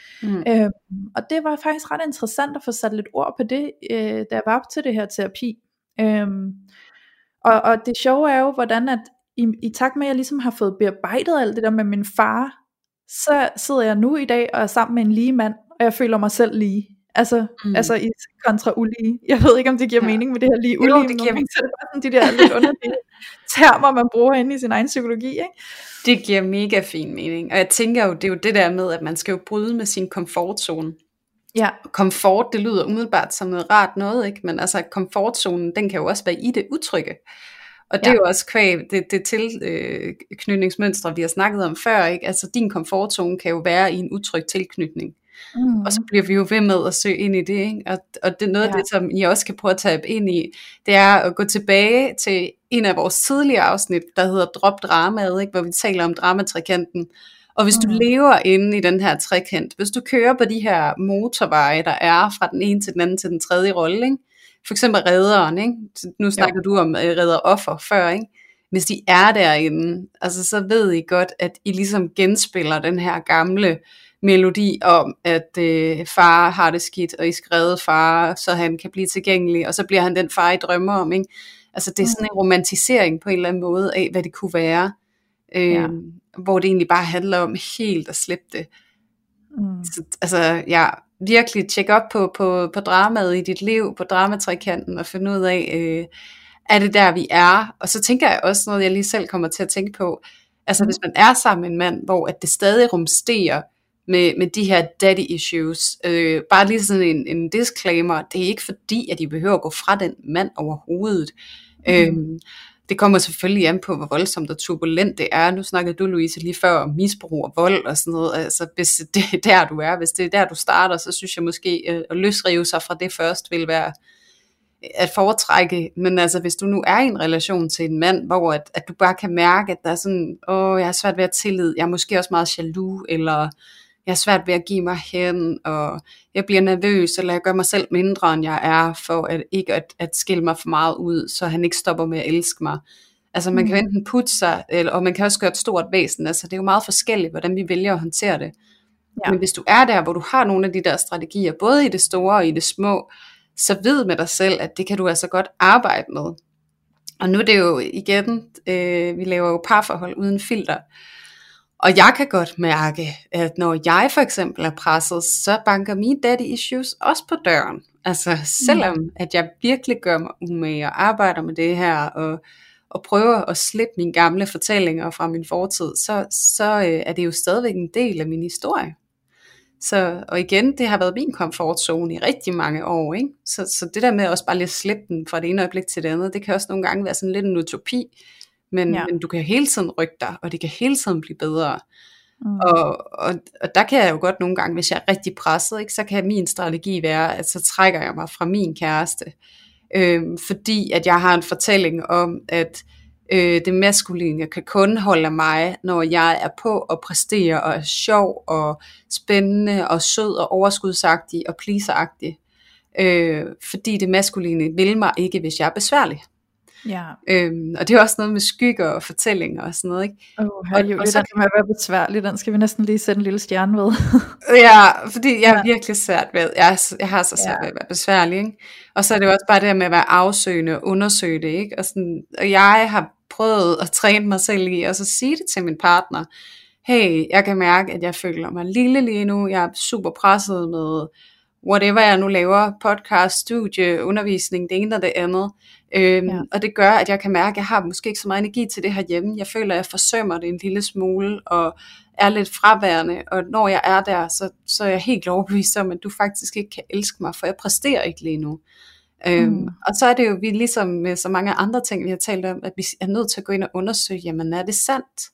Og det var faktisk ret interessant at få sat lidt ord på det, da jeg var op til det her terapi. Og det sjove er jo, hvordan at i takt med, at jeg ligesom har fået bearbejdet alt det der med min far, så sidder jeg nu i dag og er sammen med en lige mand, og jeg føler mig selv lige. Altså i kontra ulige. Jeg ved ikke, om det giver mening med det her lige ulige.
Jo, det giver mening.
Så det er bare sådan de der lidt underlige termer, man bruger inde i sin egen psykologi, ikke?
Det giver mega fin mening. Og jeg tænker jo, det er jo det der med, at man skal jo bryde med sin komfortzone.
Ja.
Komfort, det lyder umiddelbart som noget rart noget, ikke? Men altså komfortzonen, den kan jo også være i det utrygge. Og det er jo også kvæg, det tilknytningsmønstre, vi har snakket om før, ikke? Altså din komfortzone kan jo være i en utryg tilknytning. Og så bliver vi jo ved med at søge ind i det, ikke? Og det er noget af det, som I også kan prøve at tabe ind i, det er at gå tilbage til en af vores tidligere afsnit, der hedder Drop Dramaet, ikke? Hvor vi taler om dramatrikanten. Og hvis du lever inde i den her trekant, hvis du kører på de her motorveje, der er fra den ene til den anden til den tredje rolle, ikke? For eksempel redderen, ikke? Nu snakker du om redder-offer før, ikke? Hvis de er derinde, altså så ved I godt, at I ligesom genspiller den her gamle melodi om, at far har det skidt, og I skal redde far, så han kan blive tilgængelig, og så bliver han den far, I drømmer om, ikke? Altså det er sådan en romantisering på en eller anden måde af, hvad det kunne være, hvor det egentlig bare handler om helt at slippe det. Så, altså virkelig tjek op på dramaet i dit liv, på dramatrikanten, og finde ud af, er det der vi er? Og så tænker jeg også noget, jeg lige selv kommer til at tænke på, altså hvis man er sammen med en mand, hvor at det stadig rumsterer med de her daddy issues, bare lige sådan en disclaimer, det er ikke fordi, at I behøver at gå fra den mand overhovedet. Det kommer selvfølgelig an på, hvor voldsomt og turbulent det er. Nu snakkede du, Louise, lige før om misbrug og vold og sådan noget. Altså, hvis det er der, du er, hvis det er der, du starter, så synes jeg måske, at løsrive sig fra det først vil være at foretrække. Men altså, hvis du nu er i en relation til en mand, hvor at du bare kan mærke, at der er sådan, jeg har svært ved at tillide, jeg er måske også meget jaloux, eller jeg har svært ved at give mig hen, og jeg bliver nervøs, eller jeg gør mig selv mindre, end jeg er, for at ikke at skille mig for meget ud, så han ikke stopper med at elske mig. Altså man kan enten putte sig, og man kan også gøre et stort væsen, altså det er jo meget forskelligt, hvordan vi vælger at håndtere det. Ja. Men hvis du er der, hvor du har nogle af de der strategier, både i det store og i det små, så ved med dig selv, at det kan du altså godt arbejde med. Og nu er det jo igen, vi laver jo parforhold uden filter. Og jeg kan godt mærke, at når jeg for eksempel er presset, så banker mine daddy issues også på døren. Altså selvom at jeg virkelig gør mig umage og arbejder med det her, og prøver at slippe mine gamle fortællinger fra min fortid, så er det jo stadigvæk en del af min historie. Og igen, det har været min komfortzone i rigtig mange år, ikke? Så det der med også bare lige at slippe den fra det ene øjeblik til det andet, det kan også nogle gange være sådan lidt en utopi, men du kan hele tiden rykke dig, og det kan hele tiden blive bedre. Og der kan jeg jo godt nogle gange, hvis jeg er rigtig presset, ikke, så kan min strategi være, at så trækker jeg mig fra min kæreste, fordi at jeg har en fortælling om, at det maskuline kan kun holde mig, når jeg er på at præstere og er sjov og spændende og sød og overskudsagtig og pleaseragtig, fordi det maskuline vil mig ikke, hvis jeg er besværlig.
Ja.
Og det er også noget med skygger og fortællinger og sådan noget, ikke?
Og så kan man være besværlig, den skal vi næsten lige sætte en lille stjerne ved.
Ja, fordi jeg er virkelig svært ved, jeg har så svært ved at være besværlig, ikke? Og så er det jo også bare det med at være afsøgende og undersøge det, ikke? Og jeg har prøvet at træne mig selv i, og så sige det til min partner, hey, jeg kan mærke, at jeg føler mig lille lige nu, jeg er super presset med whatever jeg nu laver, podcast, studie, undervisning, det ene og det andet, og det gør, at jeg kan mærke, at jeg har måske ikke så meget energi til det herhjemme, jeg føler, at jeg forsømmer det en lille smule, og er lidt fraværende, og når jeg er der, så er jeg helt overbevist om, at du faktisk ikke kan elske mig, for jeg præsterer ikke lige nu. Og så er det jo, vi ligesom med så mange andre ting, vi har talt om, at vi er nødt til at gå ind og undersøge, jamen er det sandt?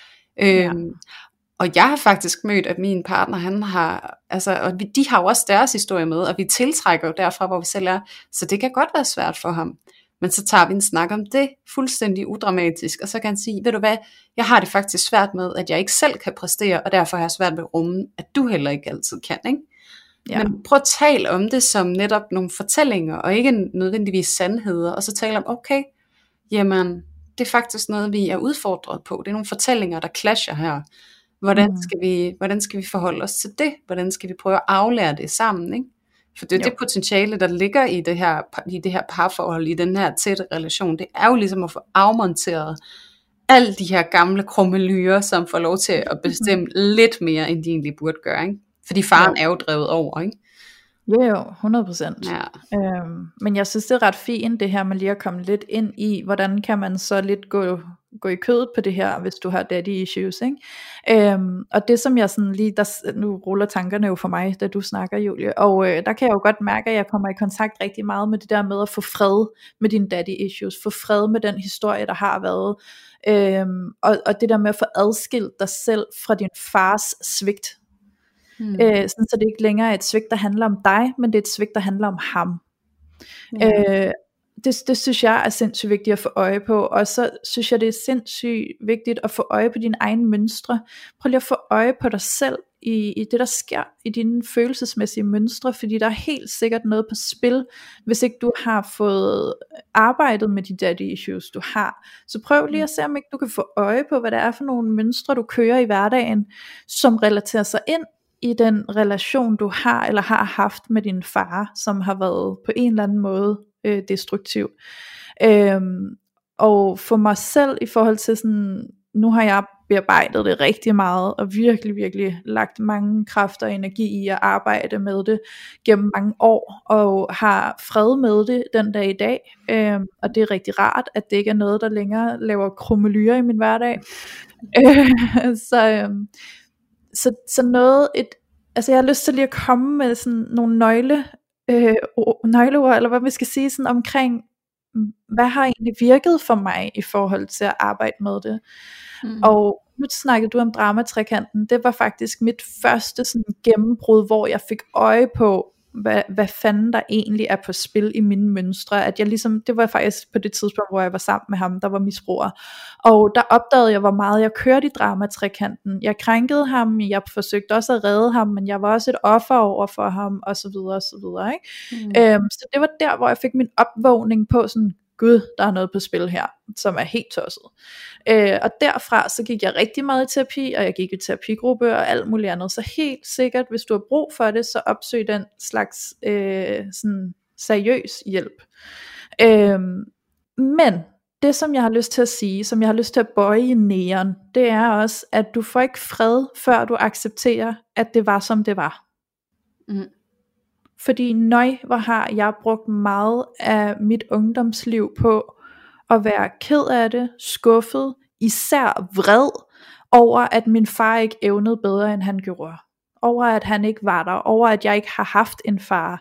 Og jeg har faktisk mødt, at min partner, han har, altså, og de har jo også deres historie med, og vi tiltrækker jo derfra, hvor vi selv er, så det kan godt være svært for ham. Men så tager vi en snak om det, fuldstændig udramatisk, og så kan han sige, ved du hvad, jeg har det faktisk svært med, at jeg ikke selv kan præstere, og derfor har jeg svært ved at rumme, at du heller ikke altid kan, ikke? Ja. Men prøv at tale om det som netop nogle fortællinger, og ikke nødvendigvis sandheder, og så tale om, okay, jamen, det er faktisk noget, vi er udfordret på, det er nogle fortællinger, der clasher her. Hvordan skal vi forholde os til det? Hvordan skal vi prøve at aflære det sammen, ikke? For det er det potentiale, der ligger i det her parforhold, i den her tætte relation. Det er jo ligesom at få afmonteret alle de her gamle krummelyrer, som får lov til at bestemme lidt mere, end de egentlig burde gøre, ikke? Fordi faren er jo drevet over, ikke?
Jo, 100%. Ja. Men jeg synes det er ret fint det her med lige at komme lidt ind i, hvordan kan man så lidt gå i kødet på det her, hvis du har daddy issues, ikke? Og det som jeg sådan lige, nu ruller tankerne jo for mig, da du snakker, Julie, og der kan jeg jo godt mærke, at jeg kommer i kontakt rigtig meget med det der med at få fred med dine daddy issues, få fred med den historie, der har været, og det der med at få adskilt dig selv fra din fars svigt. Sådan, så det ikke længere er et svigt, der handler om dig, men det er et svigt, der handler om ham. Det synes jeg er sindssygt vigtigt at få øje på. Og så synes jeg det er sindssygt vigtigt at få øje på dine egne mønstre. Prøv lige at få øje på dig selv i det der sker i dine følelsesmæssige mønstre, fordi der er helt sikkert noget på spil, hvis ikke du har fået arbejdet med de daddy issues du har. Så prøv lige at se om ikke du kan få øje på, hvad det er for nogle mønstre du kører i hverdagen, som relaterer sig ind i den relation du har eller har haft med din far, som har været på en eller anden måde destruktiv. Og for mig selv i forhold til sådan, nu har jeg bearbejdet det rigtig meget, og virkelig lagt mange kræfter og energi i at arbejde med det gennem mange år, og har fred med det den dag i dag, og det er rigtig rart, at det ikke er noget, der længere laver krumelyrer i min hverdag. Så noget, altså jeg har lyst til lige at komme med sådan nogle nøgleord, eller hvad vi skal sige, sådan omkring, hvad har egentlig virket for mig i forhold til at arbejde med det. Og nu snakkede du om dramatrekanten, det var faktisk mit første sådan gennembrud, hvor jeg fik øje på, hvad fanden der egentlig er på spil i mine mønstre, at jeg ligesom, det var faktisk på det tidspunkt, hvor jeg var sammen med ham, der var misbruger, og der opdagede jeg, hvor meget jeg kørte i dramatrikanten. Jeg krænkede ham, jeg forsøgte også at redde ham, men jeg var også et offer over for ham, og så videre, og så videre, ikke? Så det var der, hvor jeg fik min opvågning på sådan, gud, der er noget på spil her, som er helt tosset. Og derfra så gik jeg rigtig meget i terapi, og jeg gik i terapigruppe og alt muligt andet. Så helt sikkert, hvis du har brug for det, så opsøg den slags sådan seriøs hjælp. Men det, som jeg har lyst til at sige, som jeg har lyst til at bøje i næren, det er også, at du får ikke fred, før du accepterer, at det var, som det var. Fordi hvor har jeg brugt meget af mit ungdomsliv på at være ked af det, skuffet, især vred over, at min far ikke evnede bedre, end han gjorde. Over, at han ikke var der. Over, at jeg ikke har haft en far.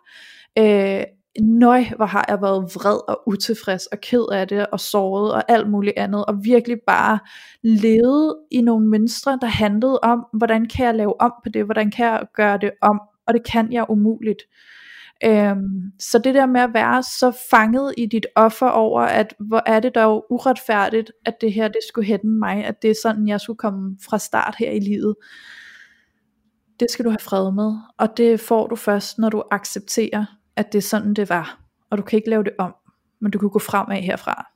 Hvor har jeg været vred og utilfreds og ked af det og såret og alt muligt andet. Og virkelig bare levet i nogle mønstre, der handlede om, hvordan kan jeg lave om på det? Hvordan kan jeg gøre det om? Og det kan jeg umuligt. Så det der med at være så fanget i dit offer over, at hvor er det dog uretfærdigt, at det her det skulle hænde mig, at det er sådan jeg skulle komme fra start her i livet, det skal du have fred med, og det får du først, når du accepterer, at det er sådan det var, og du kan ikke lave det om, men du kan gå fremad herfra.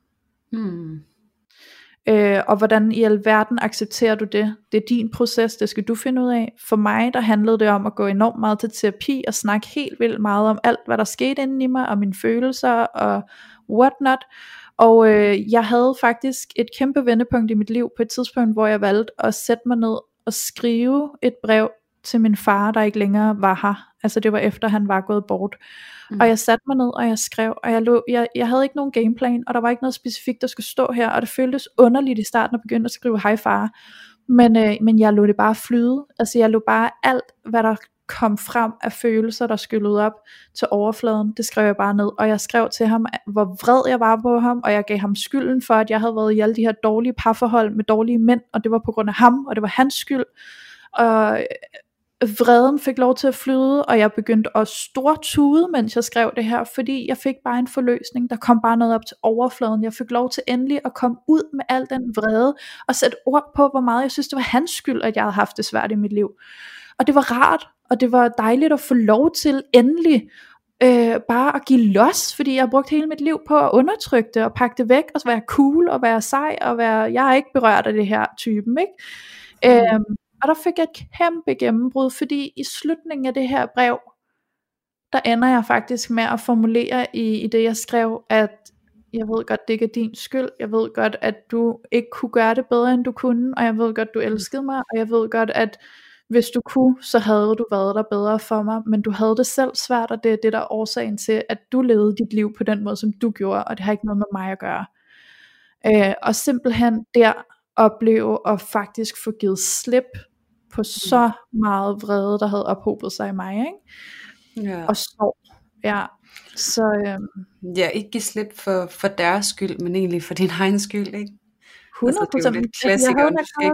Og hvordan i alverden accepterer du det? Det er din proces, det skal du finde ud af. For mig der handlede det om at gå enormt meget til terapi og snakke helt vildt meget om alt hvad der skete inde i mig, og mine følelser og whatnot. Og jeg havde faktisk et kæmpe vendepunkt i mit liv på et tidspunkt, hvor jeg valgte at sætte mig ned og skrive et brev til min far, der ikke længere var her. Altså det var efter han var gået bort. Og jeg satte mig ned, og jeg skrev, og jeg havde ikke nogen gameplan, og der var ikke noget specifikt, der skulle stå her, og det føltes underligt i starten at begynde at skrive hej far, men jeg lod det bare flyde. Altså jeg lod bare alt, hvad der kom frem af følelser, der skyllede op til overfladen, det skrev jeg bare ned, og jeg skrev til ham, hvor vred jeg var på ham, og jeg gav ham skylden for, at jeg havde været i alle de her dårlige parforhold med dårlige mænd, og det var på grund af ham, og det var hans skyld, og vreden fik lov til at flyde, og jeg begyndte at stortude, mens jeg skrev det her, fordi jeg fik bare en forløsning, der kom bare noget op til overfladen, jeg fik lov til endelig at komme ud med al den vrede, og sætte ord på, hvor meget jeg synes, det var hans skyld, at jeg havde haft det svært i mit liv, og det var rart, og det var dejligt at få lov til endelig, bare at give los, fordi jeg har brugt hele mit liv på at undertrykke det, og pakke det væk, og være cool, og være sej, og jeg er ikke berørt af det her typen, ikke? Og der fik jeg et kæmpe gennembrud, fordi i slutningen af det her brev, der ender jeg faktisk med at formulere i det jeg skrev, at jeg ved godt det ikke er din skyld, jeg ved godt at du ikke kunne gøre det bedre end du kunne, og jeg ved godt du elskede mig, og jeg ved godt at hvis du kunne, så havde du været der bedre for mig, men du havde det selv svært, og det er det der er årsagen til, at du levede dit liv på den måde som du gjorde, og det har ikke noget med mig at gøre. Og simpelthen der opleve at faktisk få givet slip på så meget vrede, der havde ophobet sig i mig, ikke?
Ja.
Og sorg. Ja. Så
ja, ikke give slip for deres skyld, men egentlig for din egen skyld, ikke?
100%.
Altså, det er jo lidt klassikeren,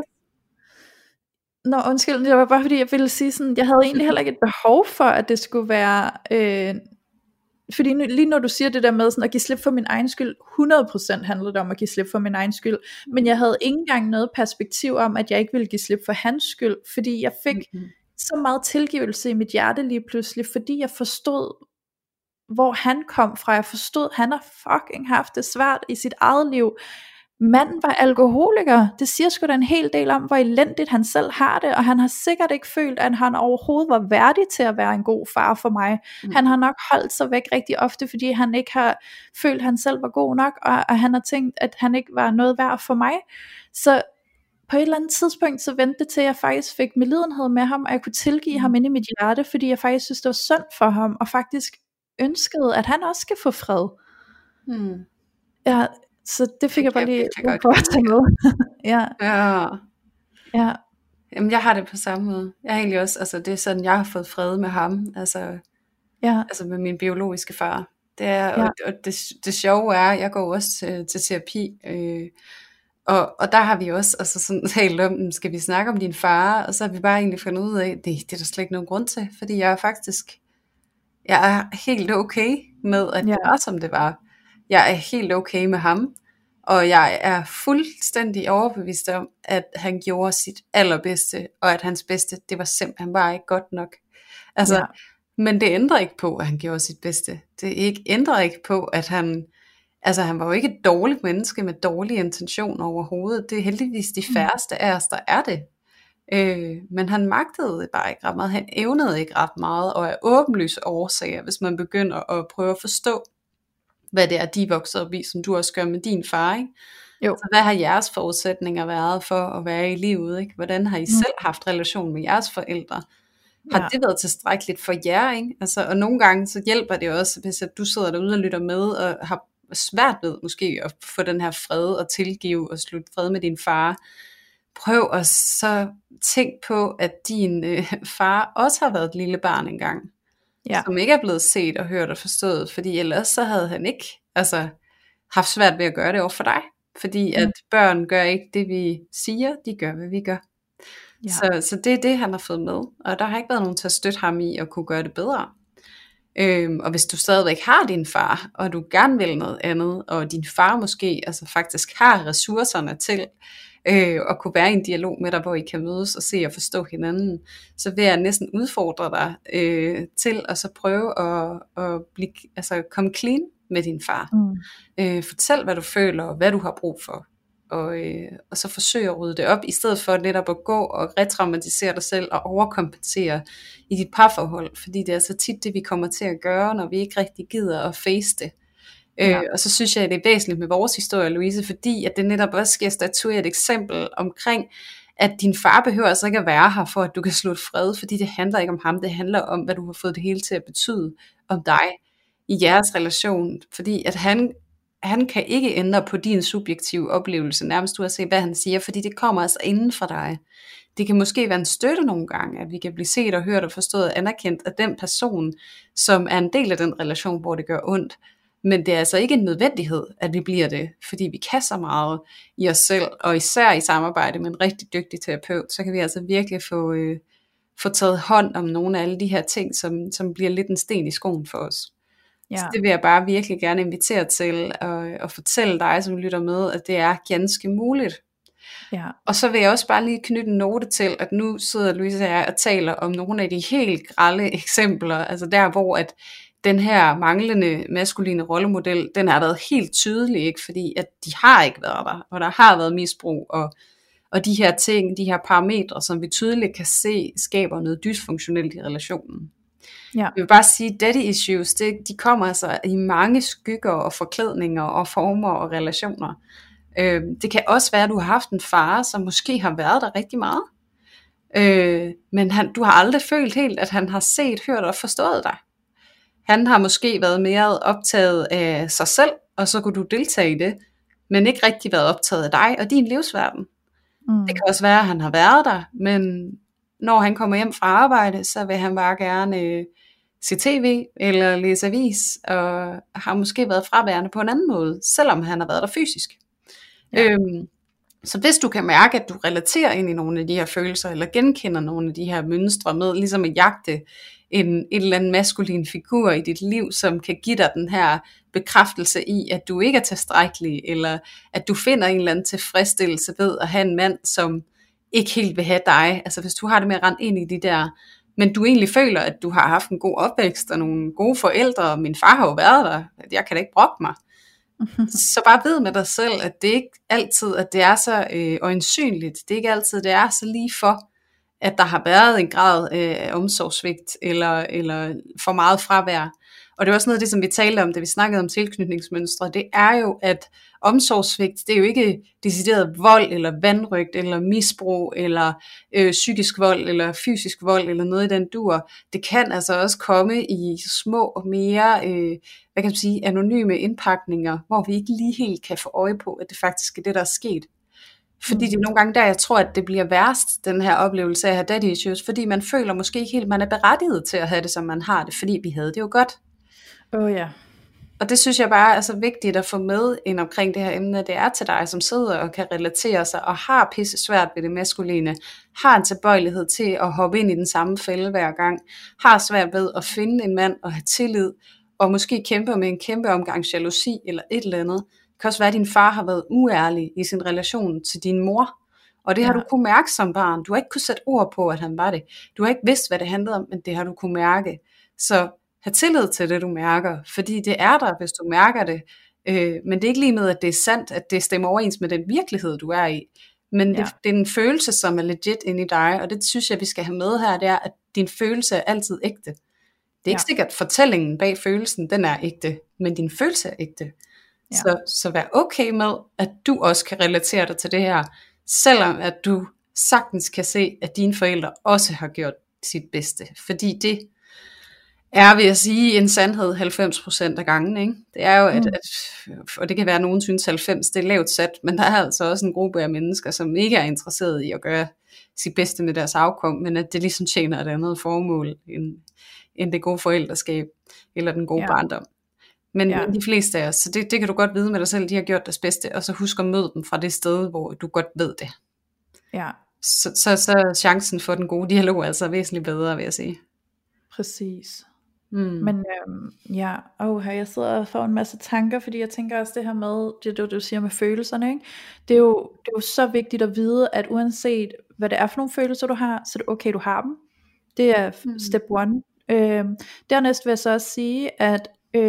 undskyld, det var bare fordi jeg ville sige sådan, jeg havde egentlig heller ikke et behov for at det skulle være fordi lige når du siger det der med sådan at give slip for min egen skyld, 100% handlede det om at give slip for min egen skyld, men jeg havde ikke engang noget perspektiv om at jeg ikke ville give slip for hans skyld, fordi jeg fik så meget tilgivelse i mit hjerte lige pludselig, fordi jeg forstod hvor han kom fra. Jeg forstod, han har fucking haft det svært i sit eget liv. Manden var alkoholiker. Det siger sgu da en hel del om, hvor elendigt han selv har det, og han har sikkert ikke følt, at han overhovedet var værdig til at være en god far for mig. Han har nok holdt sig væk rigtig ofte, fordi han ikke har følt, at han selv var god nok, og han har tænkt, at han ikke var noget værd for mig. Så på et eller andet tidspunkt, så vendte det til, at jeg faktisk fik medlidenhed med ham, og jeg kunne tilgive ham inde i mit hjerte, fordi jeg faktisk synes, det var synd for ham, og faktisk ønskede, at han også skal få fred. Ja, så det fik jeg bare lige for at tage med. Ja.
Jamen jeg har det på samme måde. Jeg har egentlig også, altså det er sådan, jeg har fået fred med ham, altså med min biologiske far. Det er, og det sjove er, jeg går også til terapi, og der har vi også altså sådan talt om, skal vi snakke om din far, og så har vi bare egentlig fundet ud af, det er der slet ikke nogen grund til, fordi jeg er faktisk Jeg er helt okay med, at det var, som det var. Jeg er helt okay med ham. Og jeg er fuldstændig overbevist om, at han gjorde sit allerbedste, og at hans bedste, det var simpelthen bare ikke godt nok. Altså,
Ja.
men det ændrer ikke på, at han gjorde sit bedste. Ændrer ikke på, at han var jo ikke et dårligt menneske med dårlige intentioner overhovedet. Det er heldigvis de færreste af os, der er det. Men han magtede bare ikke ret meget. Han evnede ikke ret meget, og af åbenlyse årsager, hvis man begynder at prøve at forstå, hvad det er, de voksede op i, som du også gør med din far, ikke?
Jo.
Altså, hvad har jeres forudsætninger været for at være i livet, ikke? Hvordan har I selv haft relation med jeres forældre? Har det været tilstrækkeligt for jer, ikke? Altså, og nogle gange så hjælper det også, hvis at du sidder derude og lytter med, og har svært ved måske at få den her fred og tilgive og slutte fred med din far. Prøv at så tænk på, at din far også har været et lille barn engang, som ikke er blevet set og hørt og forstået, fordi ellers så havde han ikke haft svært ved at gøre det over for dig, fordi at børn gør ikke det vi siger, de gør hvad vi gør. Så det er det han har fået med, og der har ikke været nogen til at støtte ham i at kunne gøre det bedre. Og hvis du stadigvæk har din far, og du gerne vil noget andet, og din far måske faktisk har ressourcerne til at kunne være i en dialog med dig, hvor I kan mødes og se og forstå hinanden, så vil jeg næsten udfordre dig til at så prøve at komme clean med din far. Fortæl hvad du føler og hvad du har brug for, og så forsøge at rydde det op, i stedet for netop at gå og retraumatisere dig selv og overkompensere i dit parforhold, fordi det er så tit det vi kommer til at gøre, når vi ikke rigtig gider at face det. Og så synes jeg at det er væsentligt med vores historie, Louise, fordi at det netop også skal statuere et eksempel omkring, at din far behøver altså ikke at være her for at du kan slutte fred, fordi det handler ikke om ham, det handler om hvad du har fået det hele til at betyde om dig i jeres relation, fordi at han kan ikke ændre på din subjektive oplevelse, nærmest uanset hvad han siger, fordi det kommer altså inden for dig. Det kan måske være en støtte nogle gange, at vi kan blive set og hørt og forstået og anerkendt af den person, som er en del af den relation, hvor det gør ondt. Men det er altså ikke en nødvendighed, at vi bliver det, fordi vi kan så meget i os selv, og især i samarbejde med en rigtig dygtig terapeut, så kan vi altså virkelig få taget hånd om nogle af alle de her ting, som bliver lidt en sten i skoen for os. Ja. Så det vil jeg bare virkelig gerne invitere til at fortælle dig, som lytter med, at det er ganske muligt. Ja. Og så vil jeg også bare lige knytte en note til, at nu sidder Louise og jeg og taler om nogle af de helt grelle eksempler, altså der hvor at den her manglende maskuline rollemodel, den har været helt tydelig, ikke? Fordi at de har ikke været der, og der har været misbrug, og de her ting, de her parametre, som vi tydeligt kan se, skaber noget dysfunktionelt i relationen. Ja. Jeg vil bare sige, daddy issues, de kommer altså i mange skygger og forklædninger og former og relationer. Det kan også være, at du har haft en far, som måske har været der rigtig meget, men du har aldrig følt helt, at han har set, hørt og forstået dig. Han har måske været mere optaget af sig selv, og så kunne du deltage i det, men ikke rigtig været optaget af dig og din livsverden. Det kan også være, at han har været der, men når han kommer hjem fra arbejde, så vil han bare gerne se tv eller læse avis, og har måske været fraværende på en anden måde, selvom han har været der fysisk. Ja. Så hvis du kan mærke, at du relaterer ind i nogle af de her følelser, eller genkender nogle af de her mønstre med, ligesom at jagte en eller anden maskulin figur i dit liv, som kan give dig den her bekræftelse i, at du ikke er tilstrækkelig, eller at du finder en eller anden tilfredsstillelse ved at have en mand, som ikke helt vil have dig. Altså hvis du har det med at rende ind i de der, men du egentlig føler, at du har haft en god opvækst, og nogle gode forældre, og min far har jo været der, jeg kan da ikke brokke mig. Så bare ved med dig selv, at det ikke altid, at det er så øjensynligt, det er ikke altid, det er så lige for, at der har været en grad af omsorgssvigt, eller for meget fravær. Og det er også noget af det, som vi talte om, da vi snakkede om tilknytningsmønstre, det er jo, at omsorgssvigt, det er jo ikke decideret vold, eller vanrøgt, eller misbrug, eller psykisk vold, eller fysisk vold, eller noget i den dur. Det kan altså også komme i små og mere, hvad kan man sige, anonyme indpakninger, hvor vi ikke lige helt kan få øje på, at det faktisk er det, der er sket. Fordi det er nogle gange der, jeg tror, at det bliver værst, den her oplevelse af at have daddy issues, fordi man føler måske ikke helt, man er berettiget til at have det, som man har det, fordi vi havde det jo godt.
Ja.
Og det synes jeg bare er så vigtigt at få med ind omkring det her emne, det er til dig, som sidder og kan relatere sig, og har pisse svært ved det maskuline, har en tilbøjelighed til at hoppe ind i den samme fælde hver gang, har svært ved at finde en mand og have tillid, og måske kæmper med en kæmpe omgang jalousi eller et eller andet. Det kan også være, at din far har været uærlig i sin relation til din mor, og det har du kunne mærke som barn. Du har ikke kunne sætte ord på, at han var det. Du har ikke vidst, hvad det handlede om, men det har du kunne mærke. Så have tillid til det, du mærker, fordi det er der, hvis du mærker det. Men det er ikke lige med, at det er sandt, at det stemmer overens med den virkelighed, du er i. Men det er en følelse, som er legit inde i dig, og det synes jeg, vi skal have med her, det er, at din følelse er altid ægte. Det er ikke sikkert, at fortællingen bag følelsen, den er ægte, men din følelse er ægte. Ja. Så vær okay med, at du også kan relatere dig til det her, selvom at du sagtens kan se, at dine forældre også har gjort sit bedste. Fordi det er, vil jeg sige, en sandhed 90% af gangen. Ikke? Det er jo, at, og det kan være, at nogen synes 90, det er lavt sat, men der er altså også en gruppe af mennesker, som ikke er interesseret i at gøre sit bedste med deres afkom, men at det ligesom tjener et andet formål, end det gode forældreskab, eller den gode barndom. Men de fleste af os, så det kan du godt vide med dig selv, de har gjort deres bedste, og så husk at møde dem fra det sted, hvor du godt ved det.
Ja.
Så chancen for den gode dialog er altså væsentligt bedre, vil jeg sige.
Præcis. Men jeg sidder og får en masse tanker, fordi jeg tænker også det her med, det du siger med følelserne, ikke? Det er jo så vigtigt at vide, at uanset hvad det er for nogle følelser du har, så er det okay, du har dem. Det er step one. Dernæst vil jeg så også sige, at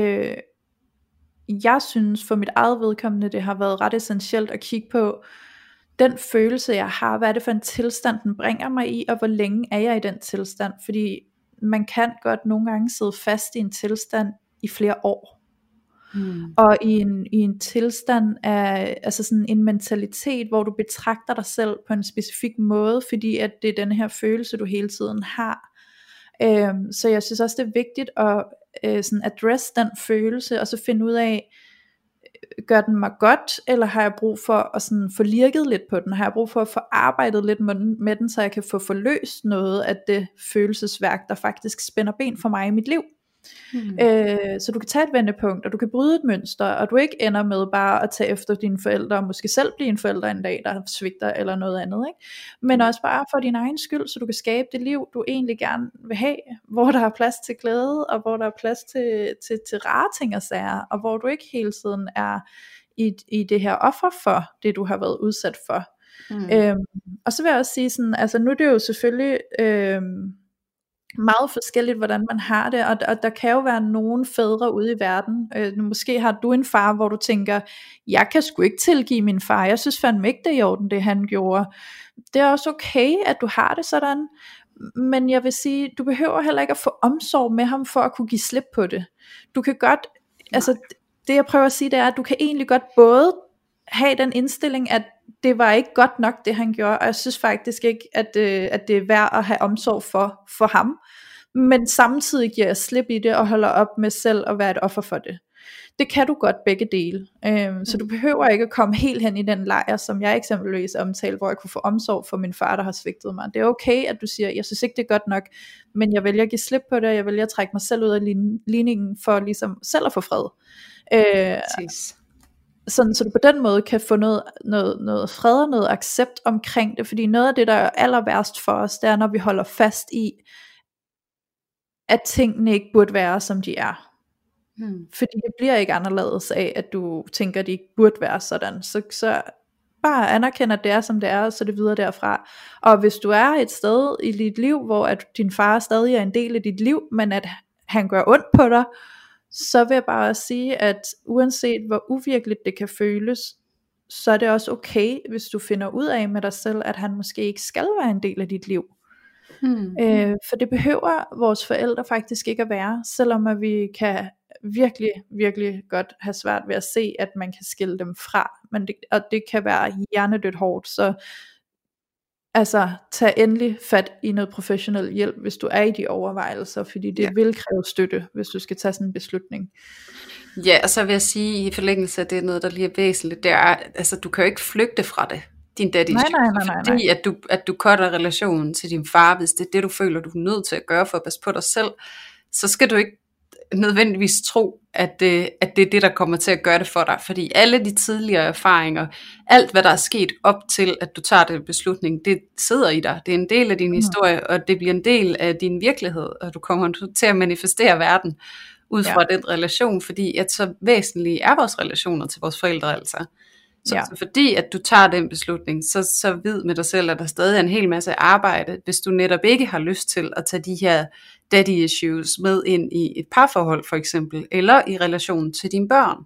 jeg synes for mit eget vedkommende, det har været ret essentielt at kigge på den følelse jeg har, hvad er det for en tilstand den bringer mig i, og hvor længe er jeg i den tilstand, fordi man kan godt nogle gange sidde fast i en tilstand i flere år, og i en tilstand af altså sådan en mentalitet, hvor du betragter dig selv på en specifik måde, fordi at det er den her følelse du hele tiden har. Så jeg synes også det er vigtigt at sådan address den følelse, og så finde ud af, gør den mig godt, eller har jeg brug for at sådan få lirket lidt på den, har jeg brug for at få arbejdet lidt med den, så jeg kan få forløst noget af det følelsesværk, der faktisk spænder ben for mig i mit liv. Så du kan tage et vendepunkt, og du kan bryde et mønster, og du ikke ender med bare at tage efter dine forældre, og måske selv blive en forælder en dag, der svigter eller noget andet, ikke? Men også bare for din egen skyld, så du kan skabe det liv, du egentlig gerne vil have, hvor der er plads til glæde, og hvor der er plads til rare ting og sager, og hvor du ikke hele tiden er i det her offer for det, du har været udsat for. Og så vil jeg også sige sådan, altså nu er det jo selvfølgelig meget forskelligt, hvordan man har det, og der kan jo være nogle fædre ude i verden, måske har du en far, hvor du tænker, jeg kan sgu ikke tilgive min far, jeg synes fandme ikke det er i orden, det han gjorde. Det er også okay, at du har det sådan, men jeg vil sige, du behøver heller ikke at få omsorg med ham, for at kunne give slip på det. Du kan godt, altså det jeg prøver at sige, det er, at du kan egentlig godt både have den indstilling, at det var ikke godt nok det han gjorde, og jeg synes faktisk ikke at det er værd at have omsorg for ham, men samtidig giver jeg slip i det og holder op med selv at være et offer for det. Det kan du godt begge dele, så du behøver ikke at komme helt hen i den lejr, som jeg eksempelvis omtalte, hvor jeg kunne få omsorg for min far, der har svigtet mig. Det er okay at du siger, jeg synes ikke det er godt nok, men jeg vælger at give slip på det, og jeg vælger at trække mig selv ud af ligningen for ligesom selv at få fred. Sådan, så du på den måde kan få noget fred og noget accept omkring det, fordi noget af det der er aller værst for os, det er når vi holder fast i at tingene ikke burde være som de er, fordi det bliver ikke anderledes af at du tænker at de ikke burde være sådan, så bare anerkend at det er som det er, og så det videre derfra. Og hvis du er et sted i dit liv, hvor at din far stadig er en del af dit liv, men at han gør ondt på dig, så vil jeg bare sige, at uanset hvor uvirkeligt det kan føles, så er det også okay, hvis du finder ud af med dig selv, at han måske ikke skal være en del af dit liv. For det behøver vores forældre faktisk ikke at være, selvom at vi kan virkelig, virkelig godt have svært ved at se, at man kan skille dem fra, og det kan være hjernedødt hårdt, så altså tag endelig fat i noget professionel hjælp, hvis du er i de overvejelser, fordi det vil kræve støtte, hvis du skal tage sådan en beslutning.
Ja, og så vil jeg sige i forlængelse af det, noget der lige er væsentligt, det er, altså du kan jo ikke flygte fra det, din daddy. Nej. Fordi at du cutter relationen til din far, hvis det er det du føler, du er nødt til at gøre for at passe på dig selv, så skal du ikke nødvendigvis tro, at det er det, der kommer til at gøre det for dig. Fordi alle de tidligere erfaringer, alt hvad der er sket op til, at du tager den beslutning, det sidder i dig. Det er en del af din historie, og det bliver en del af din virkelighed, og du kommer til at manifestere verden ud fra den relation, fordi at så væsentlige er vores relationer til vores forældre altså. Så fordi at du tager den beslutning, så vid med dig selv, at der stadig er en hel masse arbejde, hvis du netop ikke har lyst til at tage de her daddy issues med ind i et parforhold for eksempel, eller i relation til dine børn.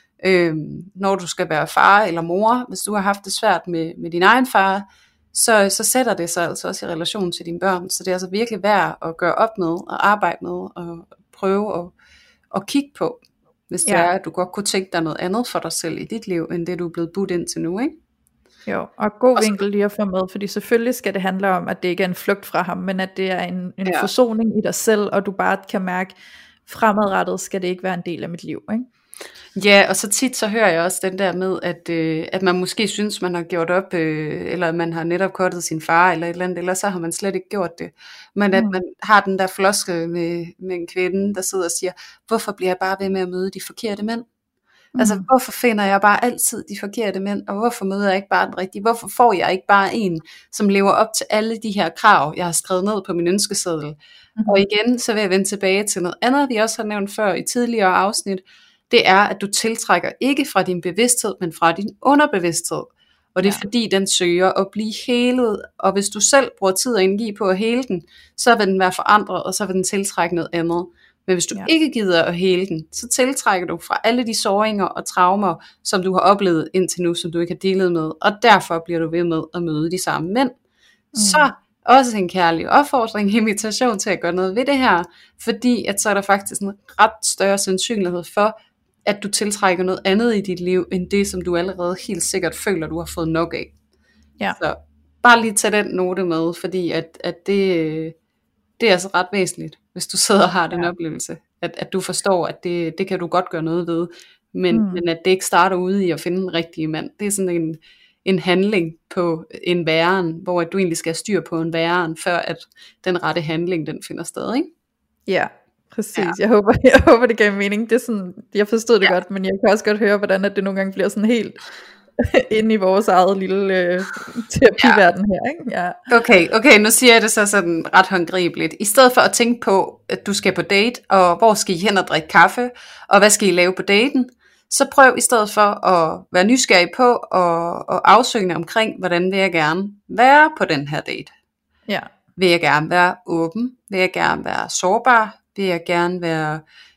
Når du skal være far eller mor, hvis du har haft det svært med din egen far, så sætter det sig altså også i relation til dine børn. Så det er altså virkelig værd at gøre op med, og arbejde med, og prøve at kigge på, hvis det er, at du godt kunne tænke dig noget andet for dig selv i dit liv, end det du er blevet budt ind til nu, ikke?
Jo, og god vinkel lige at få med, fordi selvfølgelig skal det handle om, at det ikke er en flugt fra ham, men at det er en forsoning i dig selv, og du bare kan mærke, fremadrettet skal det ikke være en del af mit liv, ikke?
Ja, og så tit så hører jeg også den der med, at man måske synes, man har gjort op, eller man har netop kortet sin far, eller et eller andet, eller så har man slet ikke gjort det. Men at man har den der floskel med en kvinde, der sidder og siger, hvorfor bliver jeg bare ved med at møde de forkerte mænd? Altså, hvorfor finder jeg bare altid de forkerte mænd, og hvorfor møder jeg ikke bare den rigtige? Hvorfor får jeg ikke bare en, som lever op til alle de her krav, jeg har skrevet ned på min ønskeseddel? Og igen, så vil jeg vende tilbage til noget andet, vi også har nævnt før i tidligere afsnit. Det er, at du tiltrækker ikke fra din bevidsthed, men fra din underbevidsthed. Og det er fordi, den søger at blive helet. Og hvis du selv bruger tid og energi på at hele den, så vil den være forandret, og så vil den tiltrække noget andet. Men hvis du ikke gider at hele den, så tiltrækker du fra alle de såringer og traumer, som du har oplevet indtil nu, som du ikke har delet med. Og derfor bliver du ved med at møde de samme mænd. Så også en kærlig opfordring, invitation til at gøre noget ved det her. Fordi at så er der faktisk en ret større sandsynlighed for, at du tiltrækker noget andet i dit liv, end det, som du allerede helt sikkert føler, du har fået nok af. Ja. Så bare lige tage den note med, fordi at det er altså ret væsentligt, hvis du sidder og har den oplevelse, at du forstår, at det kan du godt gøre noget ved, men at det ikke starter ude i at finde en rigtig mand. Det er sådan en handling på en væren, hvor at du egentlig skal have styr på en væren, før at den rette handling, den finder sted, ikke?
Ja. Præcis, jeg håber det gav mening. Det er sådan, jeg forstod det godt, men jeg kan også godt høre, hvordan at det nogle gange bliver sådan helt inde i vores eget lille terapiverden her, ikke? Ja.
Okay, nu siger jeg det så sådan ret håndgribeligt. I stedet for at tænke på, at du skal på date, og hvor skal I hen og drikke kaffe, og hvad skal I lave på daten, så prøv i stedet for at være nysgerrig på og afsøgende omkring, hvordan vil jeg gerne være på den her date.
Ja.
Vil jeg gerne være åben? Vil jeg gerne være sårbar? Vil jeg gerne være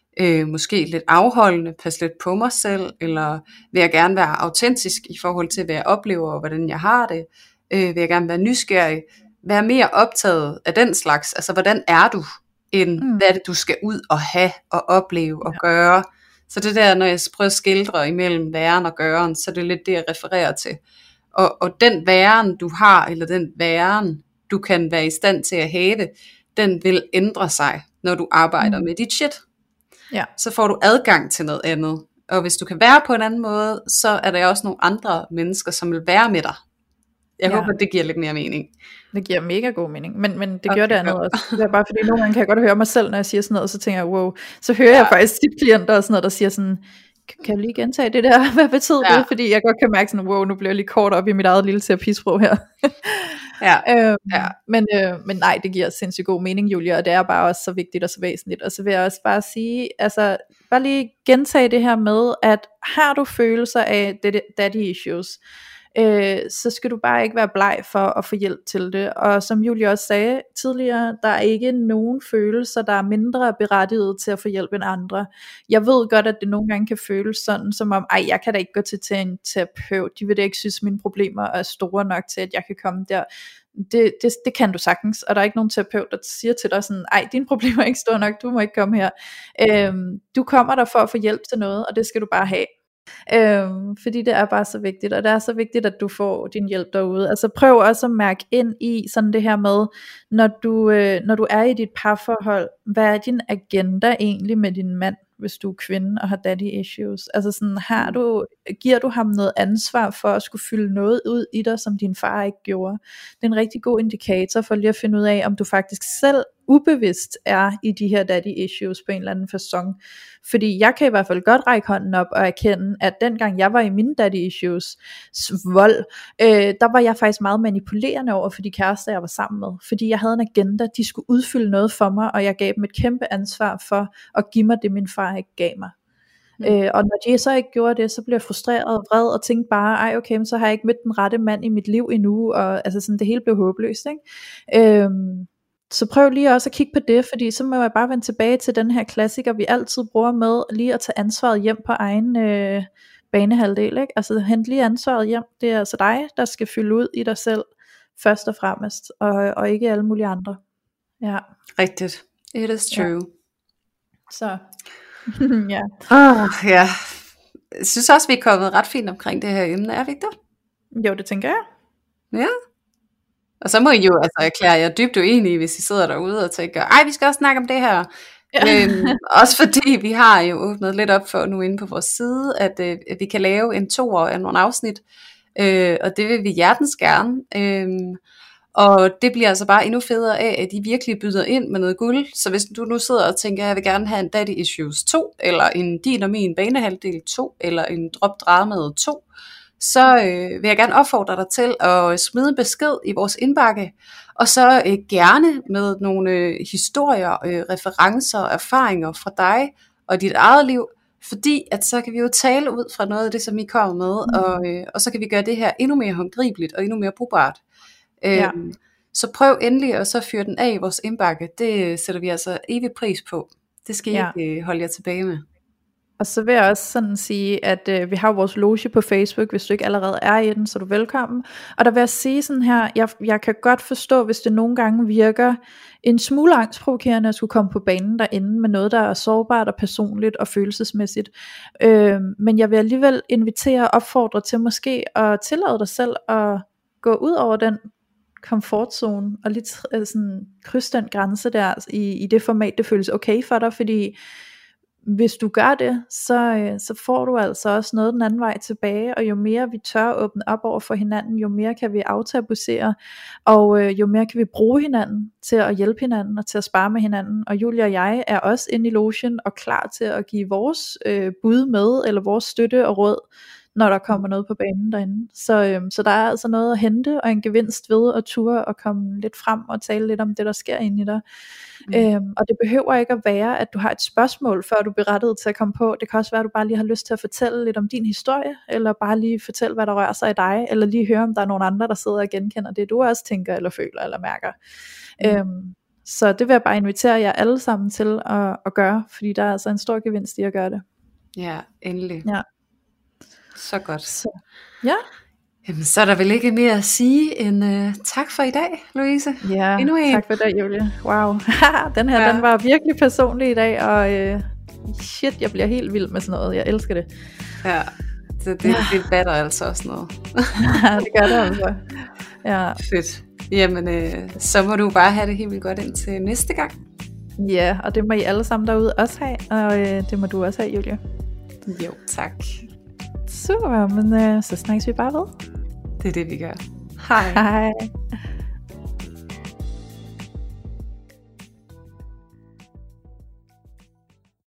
måske lidt afholdende, passe lidt på mig selv, eller vil jeg gerne være autentisk i forhold til, hvad jeg oplever, og hvordan jeg har det? Vil jeg gerne være nysgerrig? Være mere optaget af den slags, altså hvordan er du, end hvad er det, du skal ud og have, og opleve og gøre? Så det der, når jeg prøver at skildre imellem væren og gøren, så det er lidt det, jeg refererer til. Og den væren, du har, eller den væren, du kan være i stand til at have, den vil ændre sig, når du arbejder med dit shit. Ja. Så får du adgang til noget andet. Og hvis du kan være på en anden måde, så er der også nogle andre mennesker, som vil være med dig. Jeg håber, det giver lidt mere mening.
Det giver mega god mening, men det gør det andet også. Det er bare fordi, nogle gange kan jeg godt høre mig selv, når jeg siger sådan noget, og så tænker jeg, wow, så hører jeg faktisk tit klienter og sådan noget, der siger sådan, kan du lige gentage det der, hvad betyder det? Fordi jeg godt kan mærke sådan, wow, nu bliver jeg lige kort op i mit eget lille terapisprog her. Men nej, det giver sindssygt god mening, Julia, og det er bare også så vigtigt og så væsentligt. Og så vil jeg også bare sige, altså bare lige gentage det her med, at har du følelser af daddy issues, så skal du bare ikke være bleg for at få hjælp til det. Og som Julia også sagde tidligere, der er ikke nogen følelser, der er mindre berettiget til at få hjælp end andre. Jeg ved godt, at det nogle gange kan føles sådan, som om, jeg kan da ikke gå til en terapeut, de vil da ikke synes, mine problemer er store nok til, at jeg kan komme der. Det kan du sagtens, og der er ikke nogen terapeut, der siger til dig sådan, dine problemer er ikke store nok, du må ikke komme her. Du kommer der for at få hjælp til noget, og det skal du bare have. Fordi det er bare så vigtigt, og det er så vigtigt, at du får din hjælp derude. Altså prøv også at mærke ind i sådan det her med, når du er i dit parforhold, hvad er din agenda egentlig med din mand? hvis du er kvinde og har daddy issues. Altså sådan, giver du ham noget ansvar for at skulle fylde noget ud i dig, som din far ikke gjorde. Det er en rigtig god indikator for lige at finde ud af, om du faktisk selv ubevidst er i de her daddy issues på en eller anden facon. Fordi jeg kan i hvert fald godt række hånden op og erkende, at dengang jeg var i mine daddy issues vold, der var jeg faktisk meget manipulerende over for de kærester jeg var sammen med, fordi jeg havde en agenda, de skulle udfylde noget for mig, og jeg gav dem et kæmpe ansvar for at give mig det min far ikke gav mig. Og når de så ikke gjorde det, så blev jeg frustreret og vred og tænkte bare, ej okay, men så har jeg ikke mødt den rette mand i mit liv endnu, og altså sådan, det hele blev håbløst, ikke? Så prøv lige også at kigge på det, fordi så må jeg bare vende tilbage til den her klassiker, vi altid bruger med, lige at tage ansvaret hjem på egen banehalvdel, ikke? Altså hent lige ansvaret hjem, det er altså dig, der skal fylde ud i dig selv, først og fremmest, og ikke alle mulige andre. Ja.
Rigtigt. It is true.
Ja. Så, ja.
Ja. Jeg synes også, vi er kommet ret fint omkring det her emne, er vi ikke det?
Jo, det tænker jeg.
Ja. Og så må I jo altså erklære jer dybt uenige, hvis I sidder derude og tænker, ej, vi skal også snakke om det her. Ja. Også fordi vi har jo åbnet lidt op for nu inde på vores side, at vi kan lave en 2 af nogle afsnit, og det vil vi hjertens gerne. Og det bliver altså bare endnu federe af, at I virkelig byder ind med noget guld. Så hvis du nu sidder og tænker, jeg vil gerne have en Daddy Issues 2, eller en Din og Min Banehalvdel 2, eller en Drop Dramaet 2, så vil jeg gerne opfordre dig til at smide en besked i vores indbakke, og så gerne med nogle historier, referencer og erfaringer fra dig og dit eget liv, fordi at så kan vi jo tale ud fra noget af det, som I kommer med, og så kan vi gøre det her endnu mere håndgribeligt og endnu mere brugbart. Ja. Så prøv endelig at så fyre den af i vores indbakke. Det sætter vi altså evig pris på. Det skal I ikke holde jer tilbage med.
Og så vil jeg også sådan sige, at vi har vores loge på Facebook, hvis du ikke allerede er i den, så er du velkommen. Og der vil jeg sige sådan her, jeg kan godt forstå, hvis det nogle gange virker en smule angstprovokerende at skulle komme på banen derinde med noget, der er sårbart og personligt og følelsesmæssigt. Men jeg vil alligevel invitere og opfordre til måske at tillade dig selv at gå ud over den komfortzone og lidt sådan krydse den grænse der i det format, det føles okay for dig, fordi hvis du gør det, så får du altså også noget den anden vej tilbage, og jo mere vi tør åbne op over for hinanden, jo mere kan vi aftabuisere, og jo mere kan vi bruge hinanden til at hjælpe hinanden, og til at spare med hinanden, og Julie og jeg er også inde i logen, og klar til at give vores bud med, eller vores støtte og råd, når der kommer noget på banen derinde. Så der er altså noget at hente, og en gevinst ved at ture og komme lidt frem og tale lidt om det, der sker inde i dig. Og det behøver ikke at være, at du har et spørgsmål, før du er berettiget til at komme på. Det kan også være, at du bare lige har lyst til at fortælle lidt om din historie, eller bare lige fortælle, hvad der rører sig i dig, eller lige høre, om der er nogen andre, der sidder og genkender det, du også tænker, eller føler, eller mærker. Så det vil jeg bare invitere jer alle sammen til at gøre, fordi der er altså en stor gevinst i at gøre det.
Ja, endelig.
Ja.
Så godt.
Så, ja.
Jamen, så er der vel ikke mere at sige end tak for i dag, Louise.
Ja, tak for det, Julie. Wow, den her den var virkelig personlig i dag, og shit, jeg bliver helt vild med sådan noget. Jeg elsker det.
Ja, det batter altså også noget.
Ja, det gør det altså. Ja.
Fedt. Jamen, så må du bare have det helt vildt godt indtil næste gang.
Ja, og det må I alle sammen derude også have, og det må du også have, Julie.
Jo, tak.
Super, men så snakkes vi bare ved.
Det er det, vi gør. Hej.
Hej.